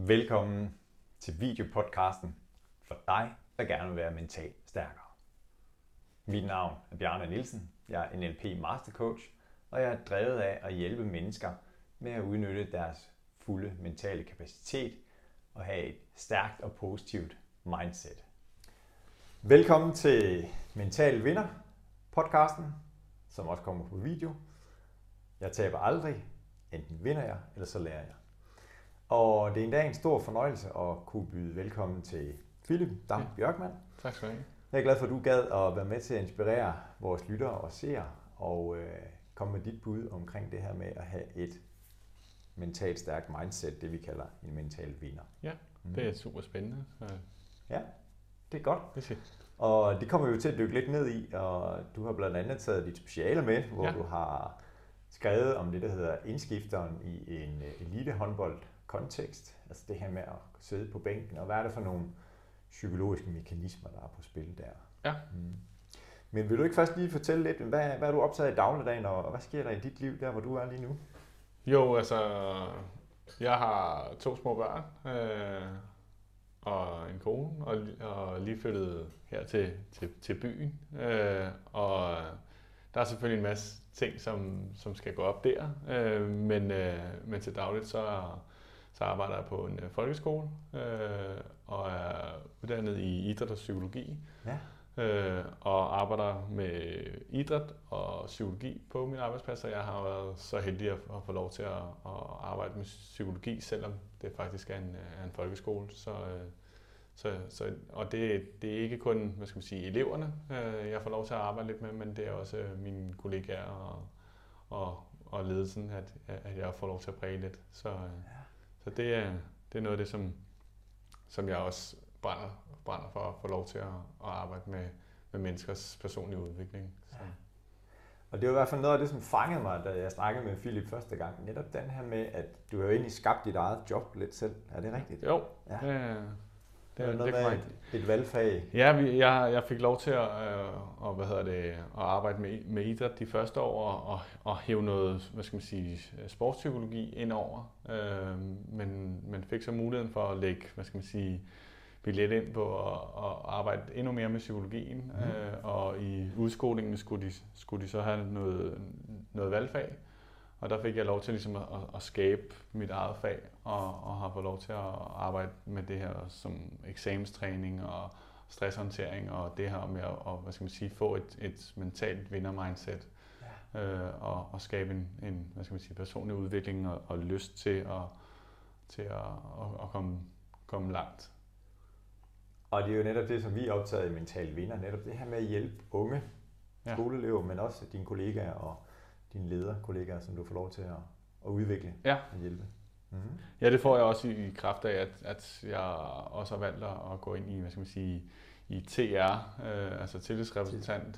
Velkommen til videopodcasten for dig, der gerne vil være mentalt stærkere. Mit navn er Bjarne Nielsen. Jeg er NLP Mastercoach, og jeg er drevet af at hjælpe mennesker med at udnytte deres fulde mentale kapacitet og have et stærkt og positivt mindset. Velkommen til Mental Vinder podcasten, som også kommer på video. Jeg taber aldrig, enten vinder jeg, eller så lærer jeg. Og det er en dag en stor fornøjelse at kunne byde velkommen til Philip Dam Bjørkman. Tak skal du have. Jeg er glad for, at du gad at være med til at inspirere vores lyttere og seere og komme med dit bud omkring det her med at have et mentalt stærkt mindset, det vi kalder en mental vinder. Ja, det er super spændende. Ja, det er godt. Det er Og det kommer vi jo til at dykke lidt ned i, og du har blandt andet taget dit speciale med, hvor du har skrevet om det, der hedder indskifteren i en elitehåndbold kontekst, altså det her med at sidde på bænken, og hvad er det for nogle psykologiske mekanismer, der er på spil der? Ja. Men vil du ikke først lige fortælle lidt, hvad er du optaget i dagligdagen, og hvad sker der i dit liv, der hvor du er lige nu? Jo, altså, jeg har 2 små børn, og en kone, og lige flyttet her til byen, og der er selvfølgelig en masse ting, som skal gå op der, men til dagligt så arbejder jeg på en folkeskole, og er uddannet i idræt og psykologi, og arbejder med idræt og psykologi på min arbejdsplads, og jeg har været så heldig at få lov til at arbejde med psykologi, selvom det faktisk er en folkeskole. Og det er ikke kun, hvad skal man sige, eleverne, jeg får lov til at arbejde lidt med, men det er også mine kollegaer og ledelsen, at jeg får lov til at præge lidt. Så det er noget af det, som jeg også brænder for at få lov til at arbejde med menneskers personlige udvikling. Så. Ja. Og det var i hvert fald noget af det, som fangede mig, da jeg snakkede med Philip første gang. Netop den her med, at du har jo egentlig skabt dit eget job lidt selv. Er det rigtigt? Jo, ja. Det er noget med et valgfag. Ja, jeg fik lov til at arbejde med idræt de første år og hæve noget, hvad skal man sige, sportspsykologi ind over. Men fik så muligheden for at lægge, hvad skal man sige, billet ind på at arbejde endnu mere med psykologien. Og i udskolingen skulle de så have noget valgfag. Og der fik jeg lov til ligesom at skabe mit eget fag, og har fået lov til at arbejde med det her som eksamenstræning og stresshåndtering, og det her med at hvad skal man sige, få et mentalt vinder-mindset, og skabe en hvad skal man sige, personlig udvikling og lyst til at komme langt. Og det er jo netop det, som vi er optaget i Mental Vinder, netop det her med at hjælpe unge skoleelever, men også dine kollegaer og dine lederkollegaer, som du får lov til at udvikle og hjælpe. Mm-hmm. Ja, det får jeg også i kraft af, at jeg også har valgt at gå ind i, hvad skal man sige, i TR, altså tillidsrepræsentant,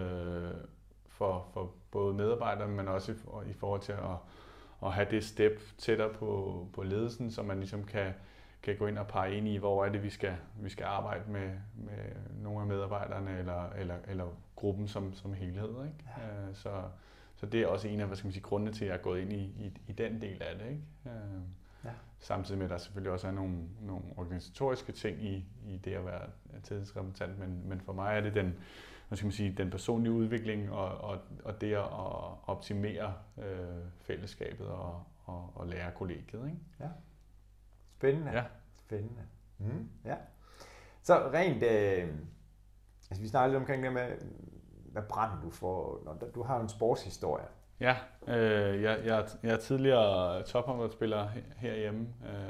for både medarbejdere, men også i forhold til at have det step tættere på ledelsen, så man ligesom kan gå ind og pege ind i, hvor er det, vi skal arbejde med nogle af medarbejderne eller gruppen som helhed, ikke? Ja. Så det er også en af, hvad skal man sige, grundene til, at jeg er gået ind i den del af det, ikke? Samtidig med, at der selvfølgelig også er nogle organisatoriske ting i det at være tillidsrepræsentant, men for mig er det den, hvad skal man sige, den personlige udvikling og det at optimere fællesskabet og lære kollegiet, ikke? Ja. Spændende. Ja. Spændende. Ja. Så rent, altså vi snakker lidt omkring det med, hvad brænder du for, når du har en sportshistorie? Ja, jeg er tidligere tophåndboldspiller herhjemme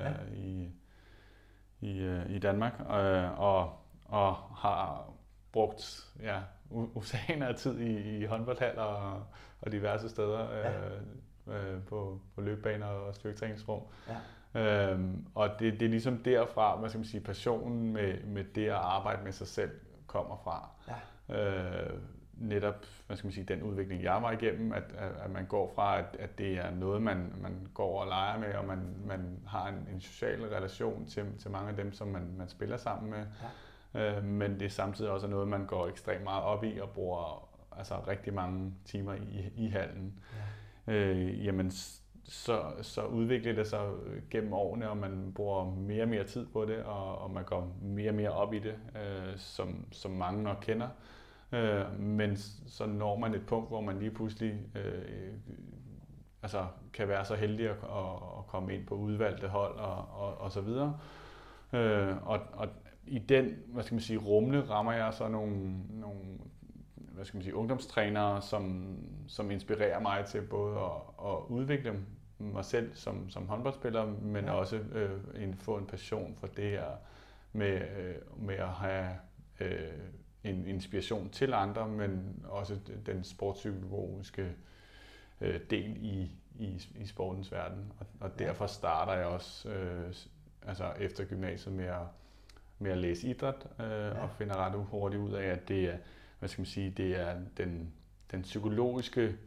i Danmark, og har brugt oceaner af tid i håndboldhaller og diverse steder på løbebaner og styrketræningsrum. Ja. Og det er ligesom derfra, hvad skal man sige, passionen med det at arbejde med sig selv kommer fra. Ja. Netop, hvad skal man sige, den udvikling, jeg var igennem, at man går fra, at det er noget, man går og leger med, og man har en social relation til mange af dem, som man spiller sammen med. Ja. Men det er samtidig også noget, man går ekstremt meget op i og bruger altså rigtig mange timer i hallen. Ja. Jamen, så udvikler det sig gennem årene, og man bruger mere og mere tid på det, og man går mere og mere op i det, som mange nok kender. Men så når man et punkt, hvor man lige pludselig kan være så heldig at komme ind på udvalgte hold og så videre. Og i den, rumle rammer jeg så nogle ungdomstrænere, som inspirerer mig til både at udvikle mig selv som håndboldspiller, men også få en passion for det her med at have en inspiration til andre, men også den sportspsykologiske del i sportens verden. Og derfor starter jeg også efter gymnasiet med at læse idræt, og finder ret hurtigt ud af, at det er, det er den psykologiske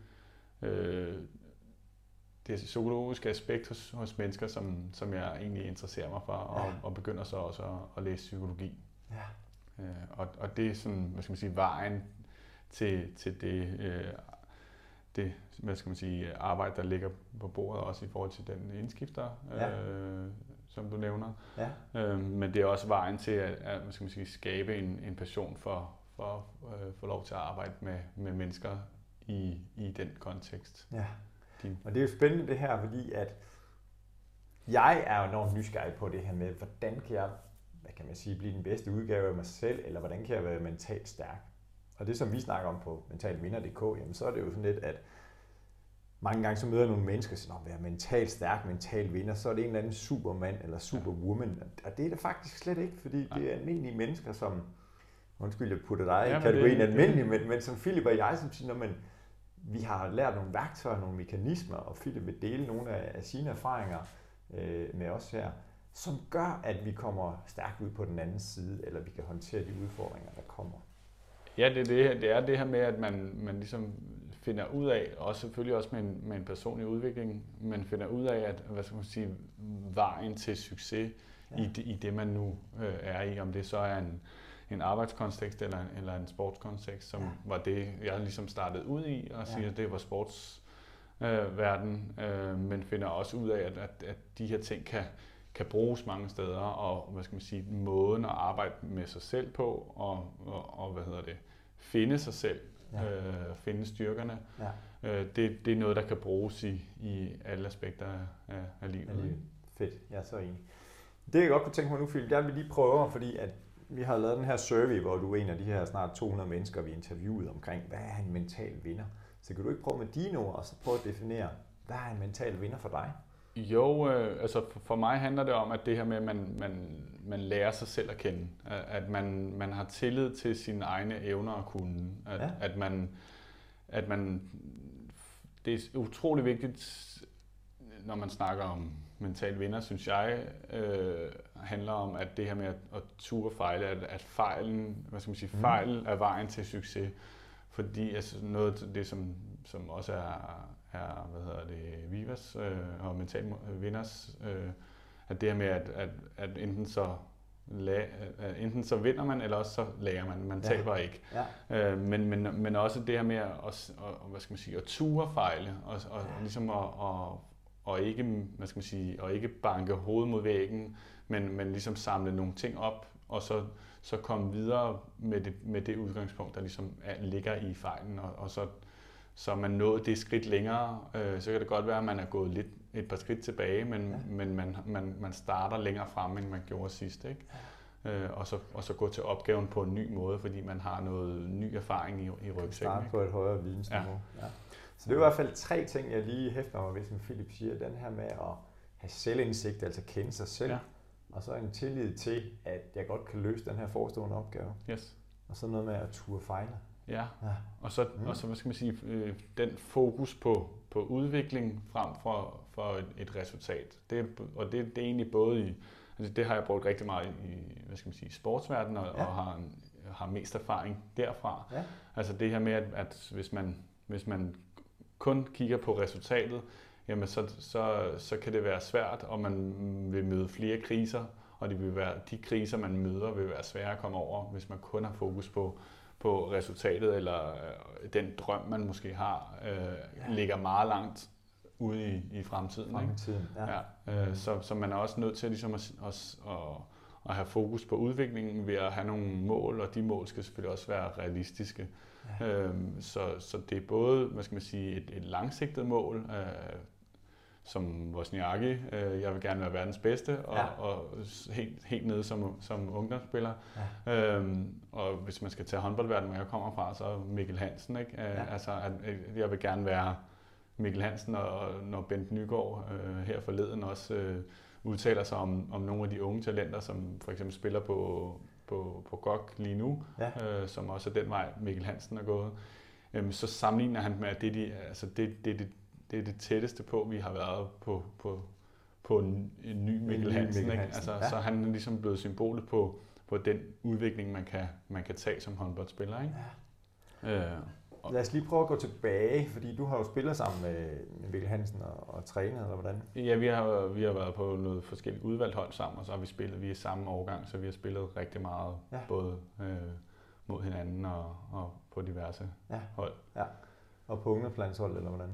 det psykologiske aspekt hos mennesker, som jeg egentlig interesserer mig for, og begynder så også at læse psykologi. Ja. Og det er sådan, vejen til det arbejde, der ligger på bordet, også i forhold til den indskifter, som du nævner. Ja. Men det er også vejen til at skabe en passion for at få lov til at arbejde med mennesker i den kontekst. Ja. Og det er jo spændende det her, fordi at jeg er jo enormt nysgerrig på det her med, hvordan kan jeg, blive den bedste udgave af mig selv, eller hvordan kan jeg være mentalt stærk. Og det, som vi snakker om på mentalvinder.dk, jamen så er det jo sådan lidt, at mange gange så møder jeg nogle mennesker, og siger, at være mentalt stærk, mental vinder, så er det en eller anden supermand eller superwoman. Og det er det faktisk slet ikke, fordi det er almindelige mennesker, som, undskyld, jeg putter dig i kategorien almindelig, men som Philip og jeg, som siger, men vi har lært nogle værktøjer, nogle mekanismer, og Philip vil dele nogle af sine erfaringer med os her, som gør, at vi kommer stærkt ud på den anden side, eller vi kan håndtere de udfordringer, der kommer. Ja, det er det her med, at man ligesom finder ud af, og selvfølgelig også med en personlig udvikling, man finder ud af, at vejen til succes i det, man nu er i, om det så er en arbejdskontekst eller en sportskontekst, som var det, jeg ligesom startede ud i, og siger, at det var sportsverden, men finder også ud af, at de her ting kan bruges mange steder, og måden at arbejde med sig selv på, og finde sig selv, finde styrkerne, det er noget, der kan bruges i alle aspekter af livet. Fedt, jeg er så enig. Det jeg godt kunne tænke mig nu, Philip, jeg vil lige prøve, fordi at vi har lavet den her survey, hvor du er en af de her snart 200 mennesker, vi interviewede omkring, hvad er en mental vinder? Så kan du ikke prøve med dine ord, og så prøve at definere, hvad er en mental vinder for dig? Jo, for mig handler det om, at det her med, at man lærer sig selv at kende. At man har tillid til sine egne evner og kunne. At man det er utrolig vigtigt, når man snakker om mental vinder, synes jeg, handler om, at det her med at ture fejle, at fejlen, fejl er vejen til succes. Fordi noget af det, som også er Vivas og mental vinders, at det her med, at enten så vinder man, eller også så lærer man. Man taber ikke. Ja. Men også det her med at ture fejle, og ligesom og ikke banke hovedet mod væggen, men ligesom samle nogle ting op, og så komme videre med det udgangspunkt, der ligesom ligger i fejlen, og så man nået det skridt længere. Så kan det godt være, at man er gået et par skridt tilbage, men man starter længere frem, end man gjorde sidst, ikke? Og så gå til opgaven på en ny måde, fordi man har noget ny erfaring i rygsækken. Starte på et højere vidensniveau. Ja. Så det er i hvert fald 3 ting, jeg lige hæfter mig ved, som Philip siger. Den her med at have selvindsigt, altså kende sig selv. Ja. Og så en tillid til, at jeg godt kan løse den her forestående opgave. Yes. Og så noget med at ture fejle. Ja. Og så den fokus på udvikling frem for et resultat. Det er egentlig både i, det har jeg brugt rigtig meget i sportsverdenen, og har mest erfaring derfra. Ja. Altså det her med, at hvis man kun kigger på resultatet, jamen så kan det være svært, og man vil møde flere kriser, og de kriser, man møder, vil være svære at komme over, hvis man kun har fokus på resultatet, eller den drøm, man måske har, ligger meget langt ude i fremtiden. Fremtiden, Ja. Så man er også nødt til ligesom at have fokus på udviklingen ved at have nogle mål, og de mål skal selvfølgelig også være realistiske. Ja. Så det er både, hvad skal man sige, et langsigtet mål, som Wozniacki, jeg vil gerne være verdens bedste, og helt nede som ungdomsspiller. Ja. Og hvis man skal tage håndboldverdenen, hvor jeg kommer fra, så er Mikkel Hansen, ikke? Altså, jeg vil gerne være Mikkel Hansen, og når Bent Nygaard her forleden også udtaler sig om nogle af de unge talenter, som for eksempel spiller på GOG lige nu, som også er den vej Mikkel Hansen er gået, så sammenligner han med, at det er det tætteste på, vi har været på en ny Mikkel Hansen. Ikke? Altså, så han er ligesom blevet symbolet på den udvikling, man kan tage som håndboldspiller. Ikke? Ja. Lad os lige prøve at gå tilbage, fordi du har jo spillet sammen med Mikkel Hansen og trænet, eller hvordan? Ja, vi har været på noget forskelligt udvalgt hold sammen, og så har vi spillet, vi er samme årgang, så vi har spillet rigtig meget, både mod hinanden og på diverse hold. Ja. Og på ungdomslandshold, eller hvordan?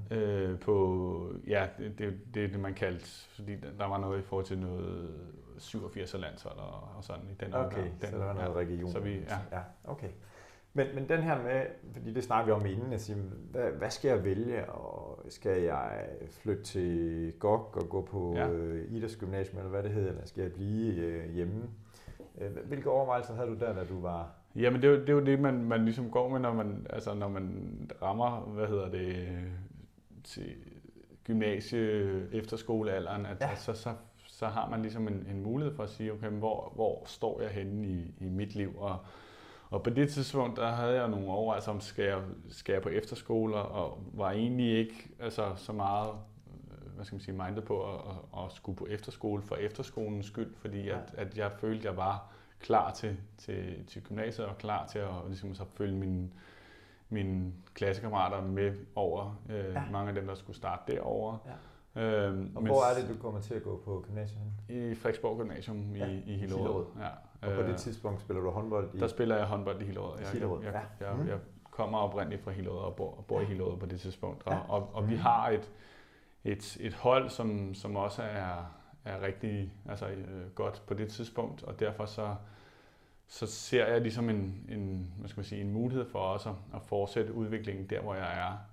Det er det, man kaldte, fordi der var noget i forhold til noget 87'er landshold og sådan i den årgang. Okay, så der var noget region. Så okay. Men den her med, fordi det snakker vi om inden, at sige, hvad skal jeg vælge, og skal jeg flytte til GOG og gå på idrætsgymnasium, eller hvad det hedder, eller skal jeg blive hjemme? Hvilke overvejelser havde du der, da du var... Jamen det er jo det, man ligesom går med, når man rammer, til gymnasie efterskolealderen, så har man ligesom en mulighed for at sige, okay, hvor står jeg henne i mit liv, og på det tidspunkt, der havde jeg nogle overvejelser om, skal jeg på efterskoler, og var egentlig ikke så meget, mindet på at skulle på efterskole for efterskolens skyld, fordi at jeg følte, at jeg var klar til gymnasiet og klar til at ligesom, så følge mine klassekammerater med over, mange af dem, der skulle starte derovre. Ja. Og hvor er det, du kommer til at gå på gymnasiet? I Frederiksborg Gymnasium i Hillerød. Ja. Og på det tidspunkt spiller du håndbold i? Der spiller jeg håndbold i Hillerød. Jeg kommer oprindeligt fra Hillerød og bor i Hillerød på det tidspunkt. Og vi har et hold, som også er rigtig godt på det tidspunkt, og derfor så ser jeg ligesom en mulighed for også at fortsætte udviklingen der, hvor jeg er.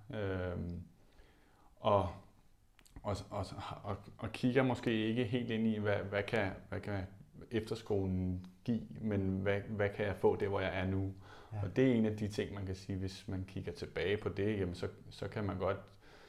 Og kigger måske ikke helt ind i, hvad kan efterskolen give, men hvad kan jeg få der, hvor jeg er nu? Ja. Og det er en af de ting, man kan sige, hvis man kigger tilbage på det, jamen så kan man godt,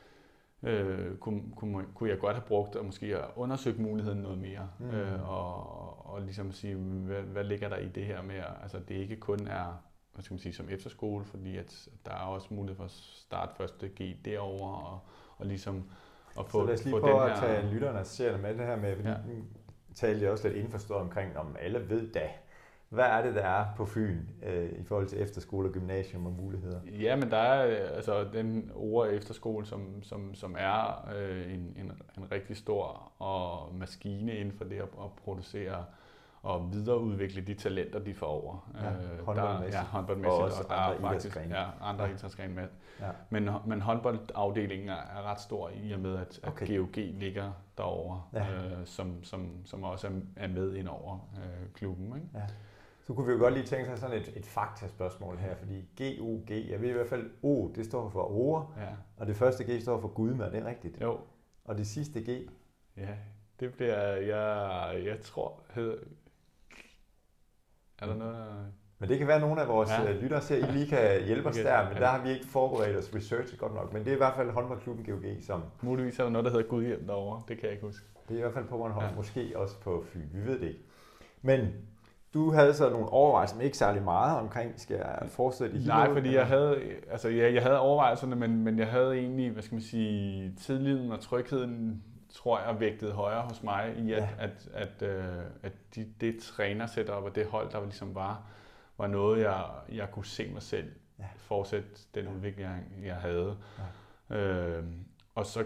kunne jeg godt have brugt og måske have undersøgt muligheden noget mere, og ligesom sige, hvad ligger der i det her med, altså det ikke kun er, som efterskole, fordi at der er også mulighed for at starte første G derovre, og ligesom at få den her... Så lad os lige prøve at tage lytterne og seerne med det her med, fordi nu talte jeg også lidt indforstået omkring, om alle ved da, hvad er det, der er på Fyn i forhold til efterskole og gymnasium og muligheder? Ja, men der er den ord efterskole, som er en rigtig stor maskine inden for det at producere og videreudvikle de talenter, de får over. Håndboldmæssigt. Og også der er faktisk andre idrætsgrene med. Ja. Men håndboldafdelingen er ret stor i og med, at GOG ligger derovre, som også er med ind over klubben. Ikke? Ja. Så kunne vi jo godt lige tænke sig sådan et faktaspørgsmål her, fordi GOG, jeg ved i hvert fald, O, det står for ord, og det første G står for Gudme, er det rigtigt? Jo. Og det sidste G? Ja, det bliver, jeg tror, hedder... Er der noget... Men det kan være, at nogle af vores lyttere siger, at I lige kan hjælpe os der, men der har vi ikke forberedt os research godt nok. Men det er i hvert fald håndboldklubben GOG, som... Muligvis er der noget, der hedder Gudhjem derovre, det kan jeg ikke huske. Det er i hvert fald på Bornholm, måske også på Fyn, vi ved det ikke. Men du havde så nogle overvejelser, men ikke særlig meget omkring, skal jeg fortsætte i Hillerød? Nej, fordi jeg havde overvejelserne, men jeg havde egentlig, tilliden og trygheden, tror jeg, vægtet højere hos mig i, at det trænersetup og det hold, der ligesom var noget, jeg kunne se mig selv fortsætte den udvikling, jeg havde. Ja. Og så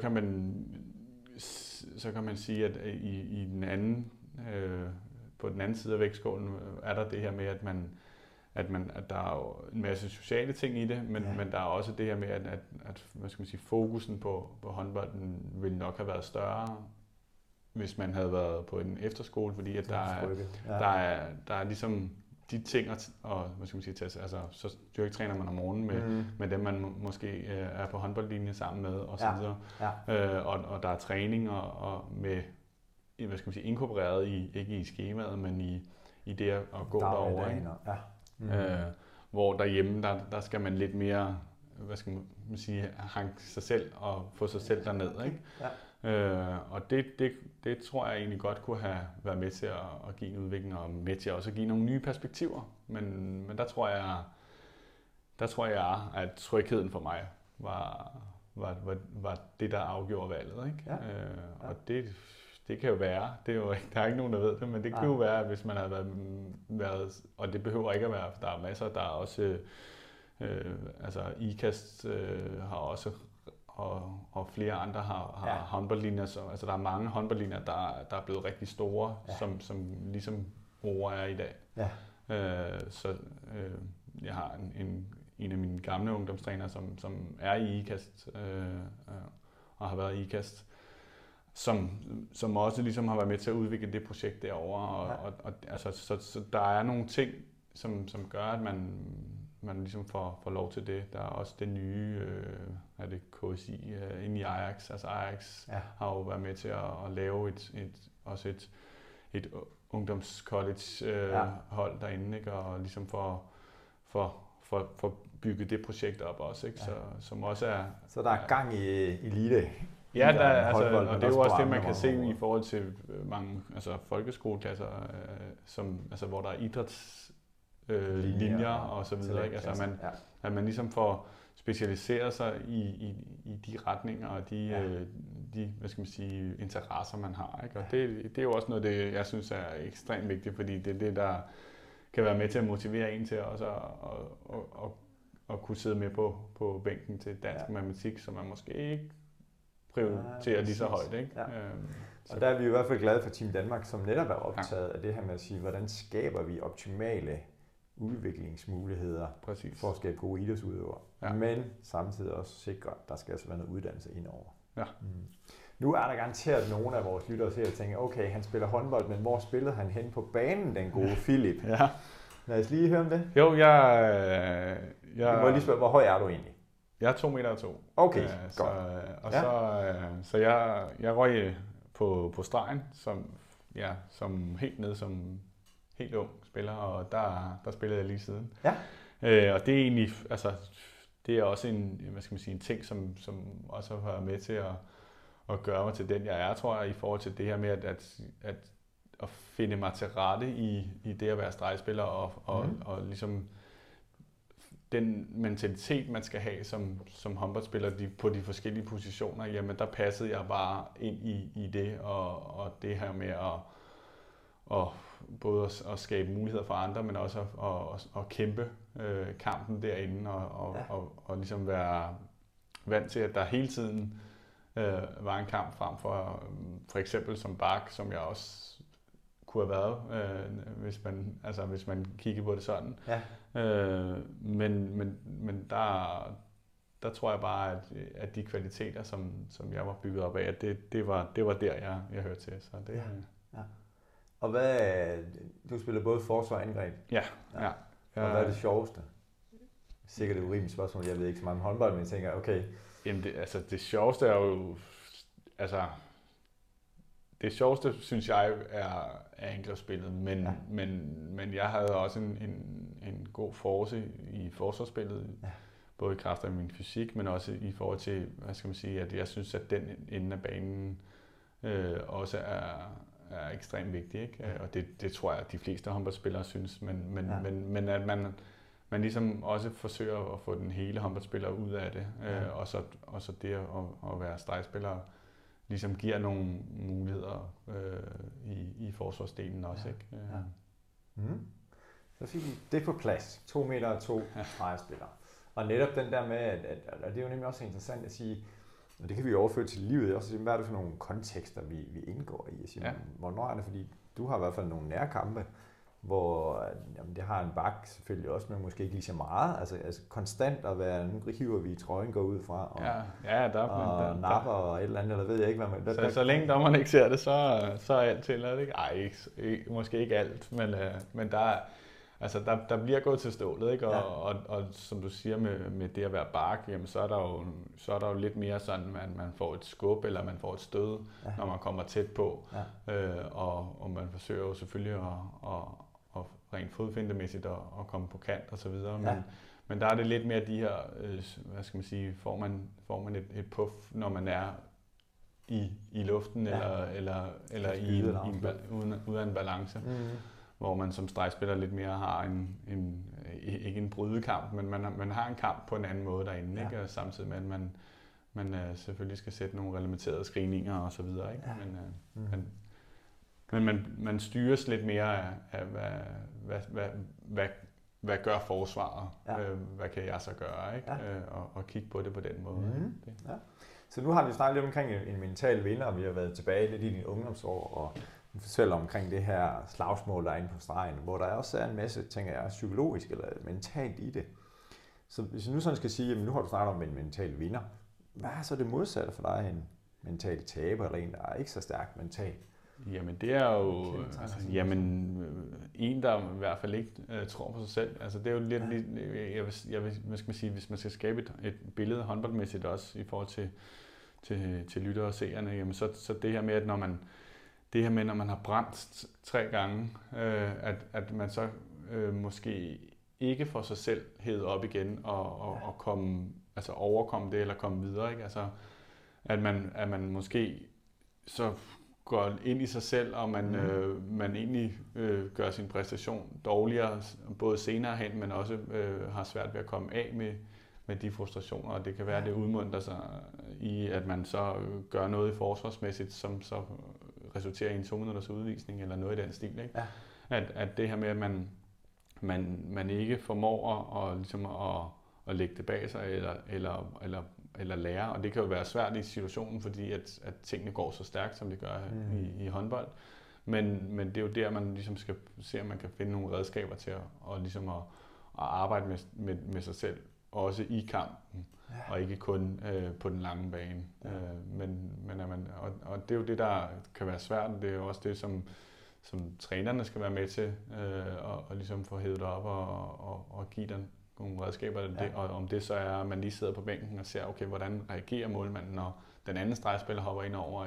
kan man sige, at i den anden, på den anden side af vægtskålen er der det her med, at der er jo en masse sociale ting i det, men der er også det her med, at hvad skal man sige, fokusen på håndbolden ville nok have været større, hvis man havde været på en efterskole, fordi at der er ligesom de ting, og hvad skal man sige, altså så styrketræner man om morgenen med dem, man måske er på håndboldlinjen sammen med, og så videre. Ja. Og der er træning og med, hvad skal man sige, inkorporeret ikke i skemaet, men i det at gå derover. Hvor derhjemme, der skal man lidt mere, hvad skal man sige, hanke sig selv og få sig selv derned, ikke? Ja. Og det tror jeg egentlig godt kunne have været med til at give en udvikling, og med til også at give nogle nye perspektiver. Men der tror jeg, at trygheden for mig var det, der afgjorde valget, ikke? Ja. Og det kan jo være, der er ikke nogen, der ved det, men det kan jo være, at hvis man har været, og det behøver ikke at være, for der er masser, der er også, altså IKAST har også, og flere andre har håndboldlinjer, så altså der er mange håndboldlinjer, der er blevet rigtig store, som ligesom Roar er i dag. Ja. Jeg har en af mine gamle ungdomstrænere, som er i IKAST, og har været i IKAST, som også ligesom har været med til at udvikle det projekt derovre, og altså, så der er nogle ting, som gør, at man ligesom får lov til det. Der er også det nye, er det KSI inde i Ajax. Altså Ajax har jo været med til at lave et ungdomscollege hold derinde, ikke? Og ligesom for bygge det projekt op også, ikke? Som også er. Så der er gang i elite. Ja, og det er jo også det, man kan se i forhold til mange folkeskoleklasser, hvor der er idrætslinjer og så videre, ikke? Altså at man ligesom får specialiseret sig i de retninger og de hvad skal man sige, interesser, man har, ikke? Og det er jo også noget, det jeg synes er ekstremt vigtigt, fordi det er det, der kan være med til at motivere en til også at kunne sidde med på bænken til dansk matematik, som man måske ikke prioriterer lige så højt, ikke? Ja. Og der er vi i hvert fald glade for Team Danmark, som netop er optaget af det her med at sige, hvordan skaber vi optimale udviklingsmuligheder for at skabe gode idrætsudøvere, men samtidig også sikre, at der skal altså være noget uddannelse indover. Ja. Nu er der garanteret nogle af vores lyttere til at tænke, okay, han spiller håndbold, men hvor spillede han hen på banen, den gode Philip? Ja. Lad os lige høre om det. Jo, Du må lige spørge, hvor høj er du egentlig? Jeg er 2,2 meter. Okay, godt. Så jeg røg på stregen, som helt ned som helt ung spiller, og der spillede jeg lige siden. Ja. Og det er egentlig, altså, det er også en ting, som også har været med til at gøre mig til den, jeg er, tror jeg, i forhold til det her med at finde mig til rette i det at være stregspiller, og ligesom den mentalitet, man skal have som håndboldspiller på de forskellige positioner, jamen der passede jeg bare ind i det, og det her med at både at skabe muligheder for andre, men også at kæmpe kampen derinde, og ligesom være vant til, at der hele tiden var en kamp frem for eksempel som bak, som jeg også kunne have været, hvis man kigger på det sådan. Ja. Men der tror jeg bare, at de kvaliteter, som jeg var bygget op af, at det var der, jeg hørte til. Så det, ja. Og du spiller både forsvar og angreb? Ja. Og hvad er det sjoveste? Sikkert et urimeligt spørgsmål, jeg ved ikke så meget om håndbold, men jeg tænker, okay. Jamen det sjoveste er jo, det sjoveste, synes jeg, er angrebsspillet, men jeg havde også en god force i forsvarsspillet, både i kraft af min fysik, men også i forhold til, hvad skal man sige, at jeg synes, at den ende af banen også er ekstremt vigtig, ikke? Og det tror jeg, at de fleste håndboldspillere synes, men at man ligesom også forsøger at få den hele håndboldspiller ud af det, og så det at være stregspiller ligesom giver nogle muligheder i forsvarsdelen også, ikke? Ja. Så fik vi det på plads. 2,2 meter stregspillere. Og netop den der med, at det er jo nemlig også interessant at sige, og det kan vi jo overføre til livet også, sige, hvad er det for nogle kontekster, vi indgår i? Sige, hvornår er det, fordi du har i hvert fald nogle nærkampe, hvor jamen, det har en bak selvfølgelig også, men måske ikke lige så meget. Altså konstant at være, nu hiver vi i trøjen, går ud fra, og, og napper og et eller andet, eller ved jeg ikke, hvad man... Så længe dommeren ikke ser det, så er alt til, ikke? Ej, måske ikke alt, men der bliver gået til stålet, ikke? Og som du siger med det at være bark, jamen så er der jo lidt mere sådan, at man får et skub, eller man får et stød, når man kommer tæt på. Og man forsøger jo selvfølgelig at rent fodfindemæssigt at komme på kant og så videre. Men der er det lidt mere de her, hvad skal man sige, får man et puff, når man er i luften, eller ude af en balance. Hvor man som stregspiller lidt mere har ikke en brydekamp, men man har en kamp på en anden måde derinde, ikke? Og samtidig med, at man selvfølgelig skal sætte nogle reglementerede screeninger og så videre, ikke? Men man styres lidt mere af hvad gør forsvaret? Hvad kan jeg så gøre, ikke? Og kigge på det på den måde. Så nu har vi snakket lidt omkring en mental vinder, og vi har været tilbage lidt i dine ungdomsår, og fortæller omkring det her slagsmål, der er inde på stregen, hvor der også er en masse, tænker jeg, psykologisk eller mentalt i det. Så hvis vi nu sådan skal sige, at nu har du snakket om en mental vinder, hvad er så det modsatte for dig, en mental taber, eller en, der er ikke så stærkt mentalt? Jamen det er jo en, der i hvert fald ikke tror på sig selv. Altså det er jo lidt, hvad skal man sige, hvis man skal skabe et billede håndboldmæssigt også i forhold til lyttere og seerne, jamen så det her med, at når man har brændt 3 gange, at man så måske ikke får sig selv hævet op igen og overkomme det eller komme videre, ikke? Altså at man måske så går ind i sig selv, og man egentlig gør sin præstation dårligere, både senere hen, men også har svært ved at komme af med de frustrationer, og det kan være, at det udmønter sig i, at man så gør noget i forsvarsmæssigt, som så resulterer i en 2-minutters udvisning, eller noget i den stil, ikke? At det her med, at man ikke formår at lægge det bag sig, eller lære, og det kan jo være svært i situationen, fordi at tingene går så stærkt, som det gør i håndbold. Men det er jo der, man ligesom skal se, om man kan finde nogle redskaber til at arbejde med sig selv, også i kampen, og ikke kun på den lange bane. Og det er jo det, der kan være svært, og det er jo også det, som trænerne skal være med til, og ligesom få hævet op og give den nogle redskaber, og om det så er, at man lige sidder på bænken og ser, okay, hvordan reagerer målmanden, når den anden stregspiller hopper ind over,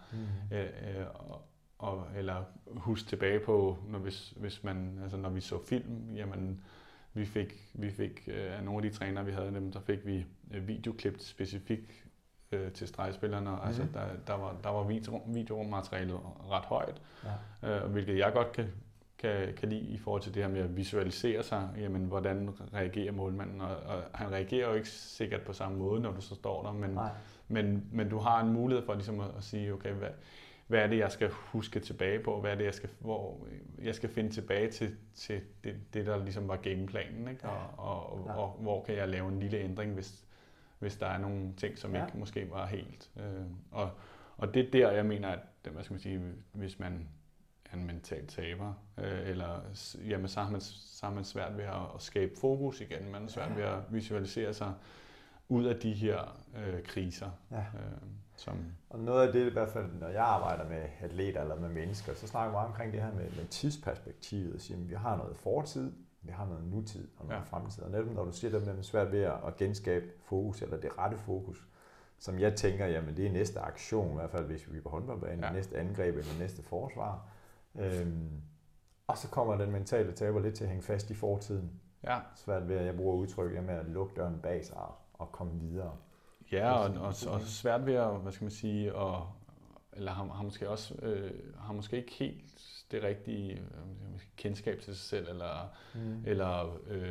eller husk tilbage på, når vi så film, jamen vi fik af nogle af de trænere, vi havde dem, der fik vi videoklippet specifikt til stregspillerne, altså der var videomaterialet ret højt, hvilket jeg godt kan lide i forhold til det her med at visualisere sig, jamen hvordan reagerer målmanden, og han reagerer jo ikke sikkert på samme måde, når du så står der, men du har en mulighed for ligesom at sige, okay, hvad er det, jeg skal huske tilbage på, hvad er det, jeg skal finde tilbage til det der ligesom var gameplanen, ikke? Og hvor kan jeg lave en lille ændring, hvis der er nogle ting, som ikke måske var helt. Og det er der, jeg mener, at hvad skal man sige, hvis man er en mental taber, jamen så har man svært ved at skabe fokus igen, man er svært ved at visualisere sig ud af de her kriser. Og noget af det, i hvert fald når jeg arbejder med atleter eller med mennesker, så snakker jeg meget omkring det her med tidsperspektivet, og siger, at vi har noget fortid, vi har noget nutid og noget fremtid, og netop når du siger, at det er svært ved at genskabe fokus, eller det rette fokus, som jeg tænker, jamen det er næste aktion, i hvert fald hvis vi er på håndboldbanen, næste angreb eller næste forsvar. Og så kommer den mentale taber lidt til at hænge fast i fortiden. Svært ved, at jeg bruger udtryk med at lukke døren bag sig og komme videre. Ja, og svært ved at, hvad skal man sige, eller har måske ikke helt det rigtige kendskab til sig selv, eller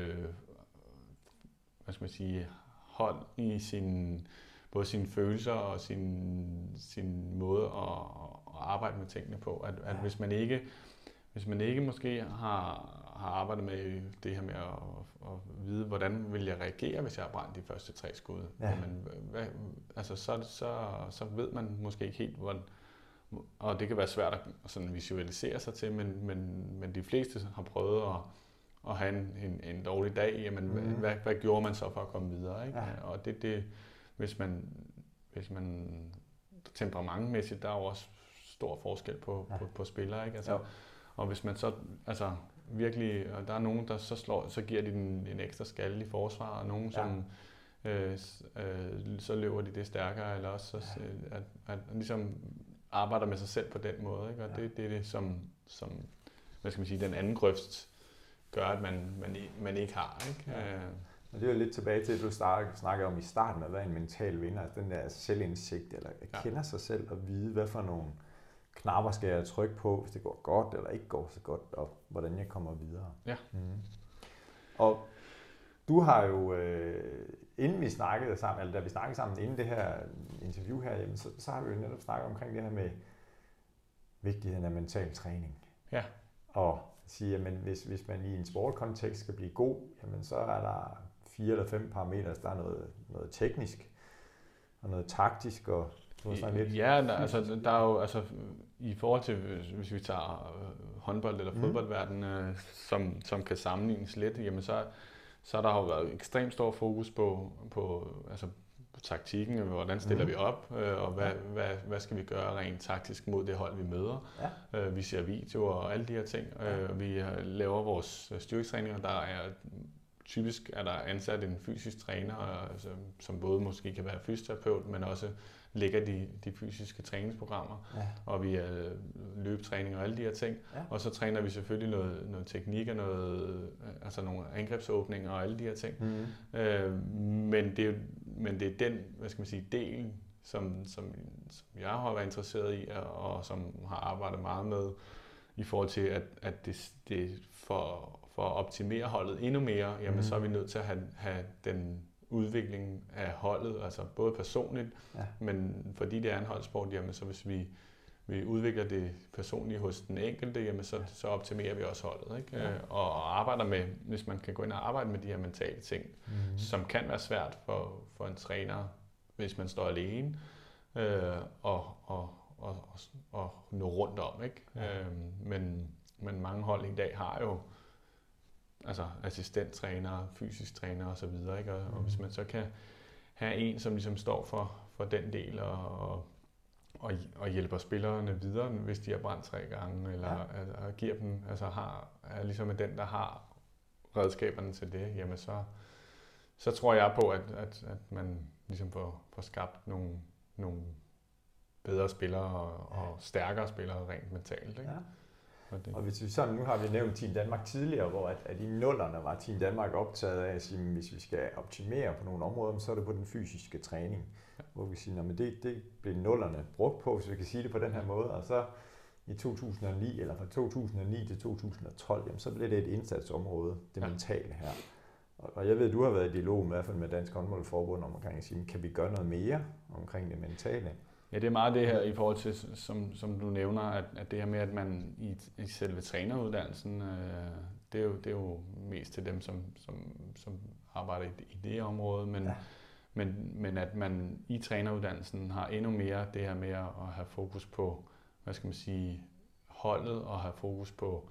hvad skal man sige, hold i både sine følelser og sin måde at arbejde med tingene på. At hvis man ikke måske har arbejdet med det her med at vide, hvordan vil jeg reagere, hvis jeg har brændt de første 3 skud. Jamen, så ved man måske ikke helt, og det kan være svært at sådan visualisere sig til, men de fleste har prøvet at have en dårlig dag. Jamen, hvad gjorde man så for at komme videre? Ikke? Ja. Og det hvis man temperamentmæssigt, der er jo også stor forskel på spillere, ikke? Altså, og hvis man så virkelig, og der er nogen, der så giver de en ekstra skalle i forsvar, og nogen, som så løber de det stærkere, eller også så, at ligesom arbejder med sig selv på den måde, ikke? Og det er det, som hvad skal man sige, den anden grøft gør, at man ikke har, ikke? Ja. Og det er jo lidt tilbage til, at du snakkede om i starten, at være en mental vinder, altså den der selvindsigt, eller at kende sig selv og vide, hvad for nogle knapper skal jeg trykke på, hvis det går godt eller ikke går så godt, og hvordan jeg kommer videre. Ja. Og du har jo, inden vi snakkede sammen, eller da vi snakkede sammen inden det her interview her, jamen, så har vi jo netop snakket omkring det her med vigtigheden af mental træning. Ja. Og sige, at hvis man i en sportkontekst skal blive god, jamen, så er der 4 eller 5 parametre. Der er noget teknisk og noget taktisk og sådan lidt. Ja, der er jo i forhold til, hvis vi tager håndbold eller fodboldverdenen, som kan sammenlignes lidt, jamen så har der jo været ekstremt stor fokus på taktikken, hvordan stiller vi op, og hvad skal vi gøre rent taktisk mod det hold, vi møder. Ja. Vi ser videoer og alle de her ting. Vi laver vores styrketræninger, typisk er der ansat en fysisk træner, som både måske kan være fysioterapeut, men også lægger de fysiske træningsprogrammer, og vi er løbetræning og alle de her ting. Ja. Og så træner vi selvfølgelig noget teknik og nogle angrebsåbninger og alle de her ting. Men det er den, hvad skal man sige, del, som jeg har været interesseret i, og som har arbejdet meget med, i forhold til, at det for at optimere holdet endnu mere, jamen så er vi nødt til at have den udvikling af holdet, altså både personligt, men fordi det er en holdsport, jamen så hvis vi udvikler det personlige hos den enkelte, jamen så optimerer vi også holdet, ikke? Ja. Og arbejder med, hvis man kan gå ind og arbejde med de her mentale ting, som kan være svært for en træner, hvis man står alene, og nå rundt om, ikke? Ja. Men mange hold i dag har jo assistenttræner, fysisk træner og så videre, ikke? Og hvis man så kan have en, som ligesom står for den del og hjælper spillerne videre, hvis de har brændt 3 gange, eller giver dem, er ligesom den, der har redskaberne til det, jamen så tror jeg på, at man ligesom får skabt nogle bedre spillere og stærkere spillere rent mentalt, ikke? Ja. Og hvis vi sådan, nu har vi nævnt Team Danmark tidligere, hvor at i 0'erne var Team Danmark optaget af at sige, at hvis vi skal optimere på nogle områder, så er det på den fysiske træning. Ja. Hvor vi siger, at det blev 0'erne brugt på, hvis vi kan sige det på den her måde. Og så i 2009, eller fra 2009 til 2012, jamen, så blev det et indsatsområde, det mentale her. Og jeg ved, at du har været i dialog i hvert fald med Dansk Håndboldforbund omkring at sige, kan vi gøre noget mere omkring det mentale? Ja, det er meget det her i forhold til, som du nævner, at det her med, at man i selve træneruddannelsen, det er jo mest til dem, som arbejder i det område, men at man i træneruddannelsen har endnu mere det her med at have fokus på, hvad skal man sige, holdet, og have fokus på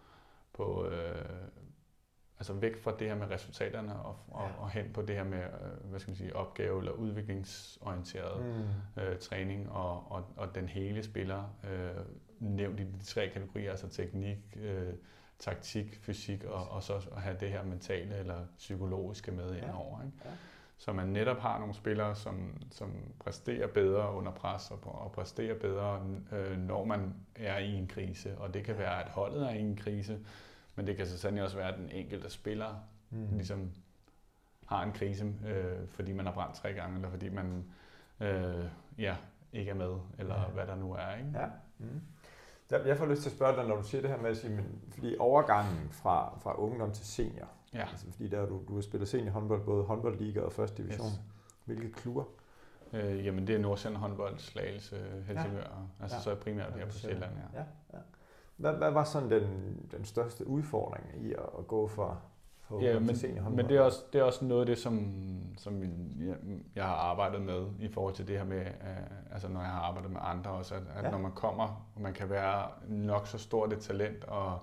væk fra det her med resultaterne og hen på det her med, hvad skal man sige, opgave- eller udviklingsorienteret træning og den hele spiller, nævnt i de 3 kategorier, altså teknik, taktik, fysik og så at have det her mentale eller psykologiske med indover, ikke? Ja. Så man netop har nogle spillere, som præsterer bedre under pres og præsterer bedre, når man er i en krise, og det kan være, at holdet er i en krise, men det kan så sandelig også være, at den enkelte spiller ligesom har en krise, fordi man har brændt 3 gange, eller fordi man ikke er med, eller hvad der nu er, ikke? Ja. Jeg får lyst til at spørge dig, når du siger det her med at sige, fordi overgangen fra ungdom til senior, altså fordi der du har spillet seniorhåndbold, både håndboldliga og første division. Yes. Hvilke klubber? Jamen det er Nordsjælland håndbold, Slagelse, Helsingør, så primært her på Sjælland. Ja. Hvad var sådan den største udfordring i at gå fra på men seniorhåndbold? Men det er også noget af det, som jeg har arbejdet med i forhold til det her med, altså når jeg har arbejdet med andre også, at når man kommer, og man kan være nok så stort et talent, og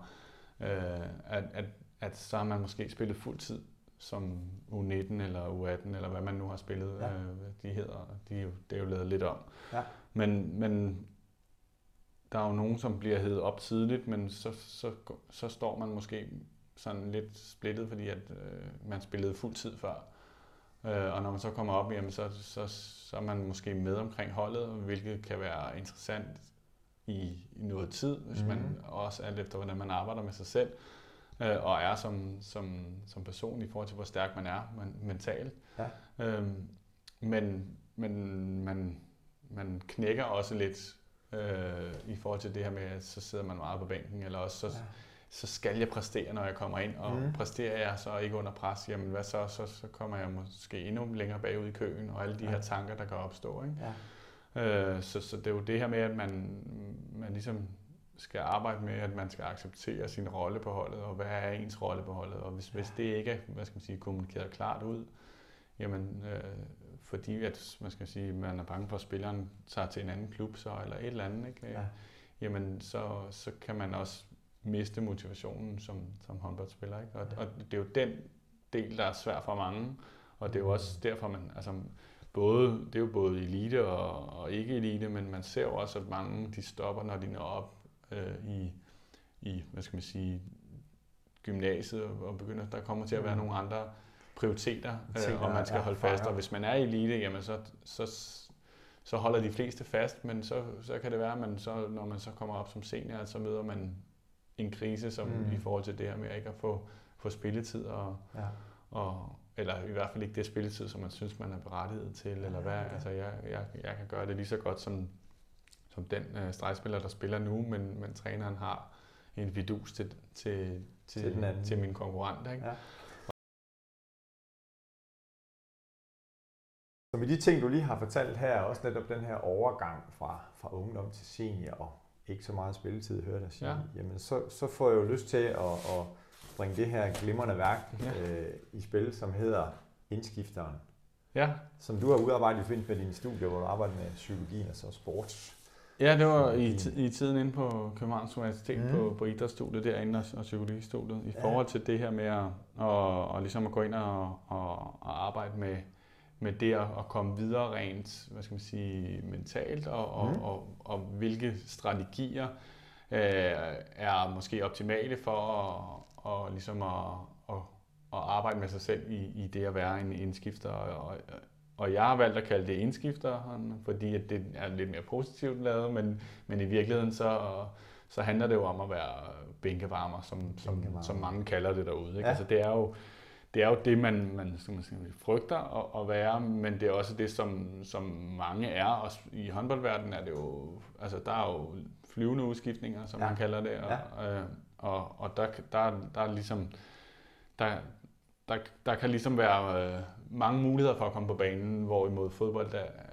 at så har man måske spillet fuld tid som U19 eller U18, eller hvad man nu har spillet. De hedder, det er jo lavet lidt om. Ja. Men der er jo nogen, som bliver hævet op tidligt, men så står man måske sådan lidt splittet, fordi at man spillede fuld tid før. Og når man så kommer op, jamen, så er man måske med omkring holdet, hvilket kan være interessant i noget tid, hvis man også alt efter, hvordan man arbejder med sig selv, og er som person i forhold til, hvor stærk man er mentalt. Ja. Men man knækker også lidt i forhold til det her med, at så sidder man meget på bænken, eller også så skal jeg præstere, når jeg kommer ind, og præsterer jeg så ikke under pres, jamen hvad så kommer jeg måske endnu længere bagud i køen, og alle de her tanker, der kan opstå. Ikke? Ja. Så det er jo det her med, at man ligesom skal arbejde med, at man skal acceptere sin rolle på holdet, og hvad er ens rolle på holdet, og hvis det ikke er, hvad skal man sige, kommunikeret klart ud, jamen fordi at man er bange for, at spilleren tager til en anden klub så, eller et eller andet, ikke? Ja. Jamen så kan man også miste motivationen som håndboldspiller, ikke? Og det er jo den del, der er svær for mange, og det er jo også derfor, man altså det er jo både elite og ikke elite, men man ser jo også, at mange de stopper, når de når op i hvad skal man sige, gymnasiet, og begynder, der kommer til at være nogle andre prioriteter, og man skal holde fast. Og hvis man er elite, jamen så holder de fleste fast, men så kan det være, at man så, når man så kommer op som senior, så møder man en krise, som i forhold til det her med ikke at få spilletid, eller i hvert fald ikke det spilletid, som man synes, man er berettiget til, eller hvad. Altså jeg kan gøre det lige så godt som den stregspiller, der spiller nu, men træneren har en fidus til mine konkurrenter, ikke? Ja. Så med de ting, du lige har fortalt her, også netop den her overgang fra ungdom til senior, og ikke så meget spilletid, hørte jeg sige, jamen så får jeg jo lyst til at bringe det her glimrende værk i spil, som hedder Indskifteren. Ja. Som du har udarbejdet i forbindelse med dine studier, hvor du arbejder med psykologien og så sports. Ja, det var i tiden inde på Københavns Universitet på idrætsstudiet derinde og psykologistudiet, i forhold til det her med at ligesom at gå ind og arbejde med det at komme videre rent, hvad skal man sige, mentalt, og hvilke strategier er måske optimale for ligesom at arbejde med sig selv i det at være en indskifter. Og jeg har valgt at kalde det indskifter, fordi at det er lidt mere positivt lavet, men i virkeligheden så handler det jo om at være bænkevarmer, som mange kalder det derude. Ikke? Ja. Altså det er jo det, man frygter at være, men det er også det, som mange er. Og i håndboldverdenen er det jo, altså der er jo flyvende udskiftninger, som man kalder det, og der er ligesom, der kan ligesom være mange muligheder for at komme på banen, hvorimod fodbold,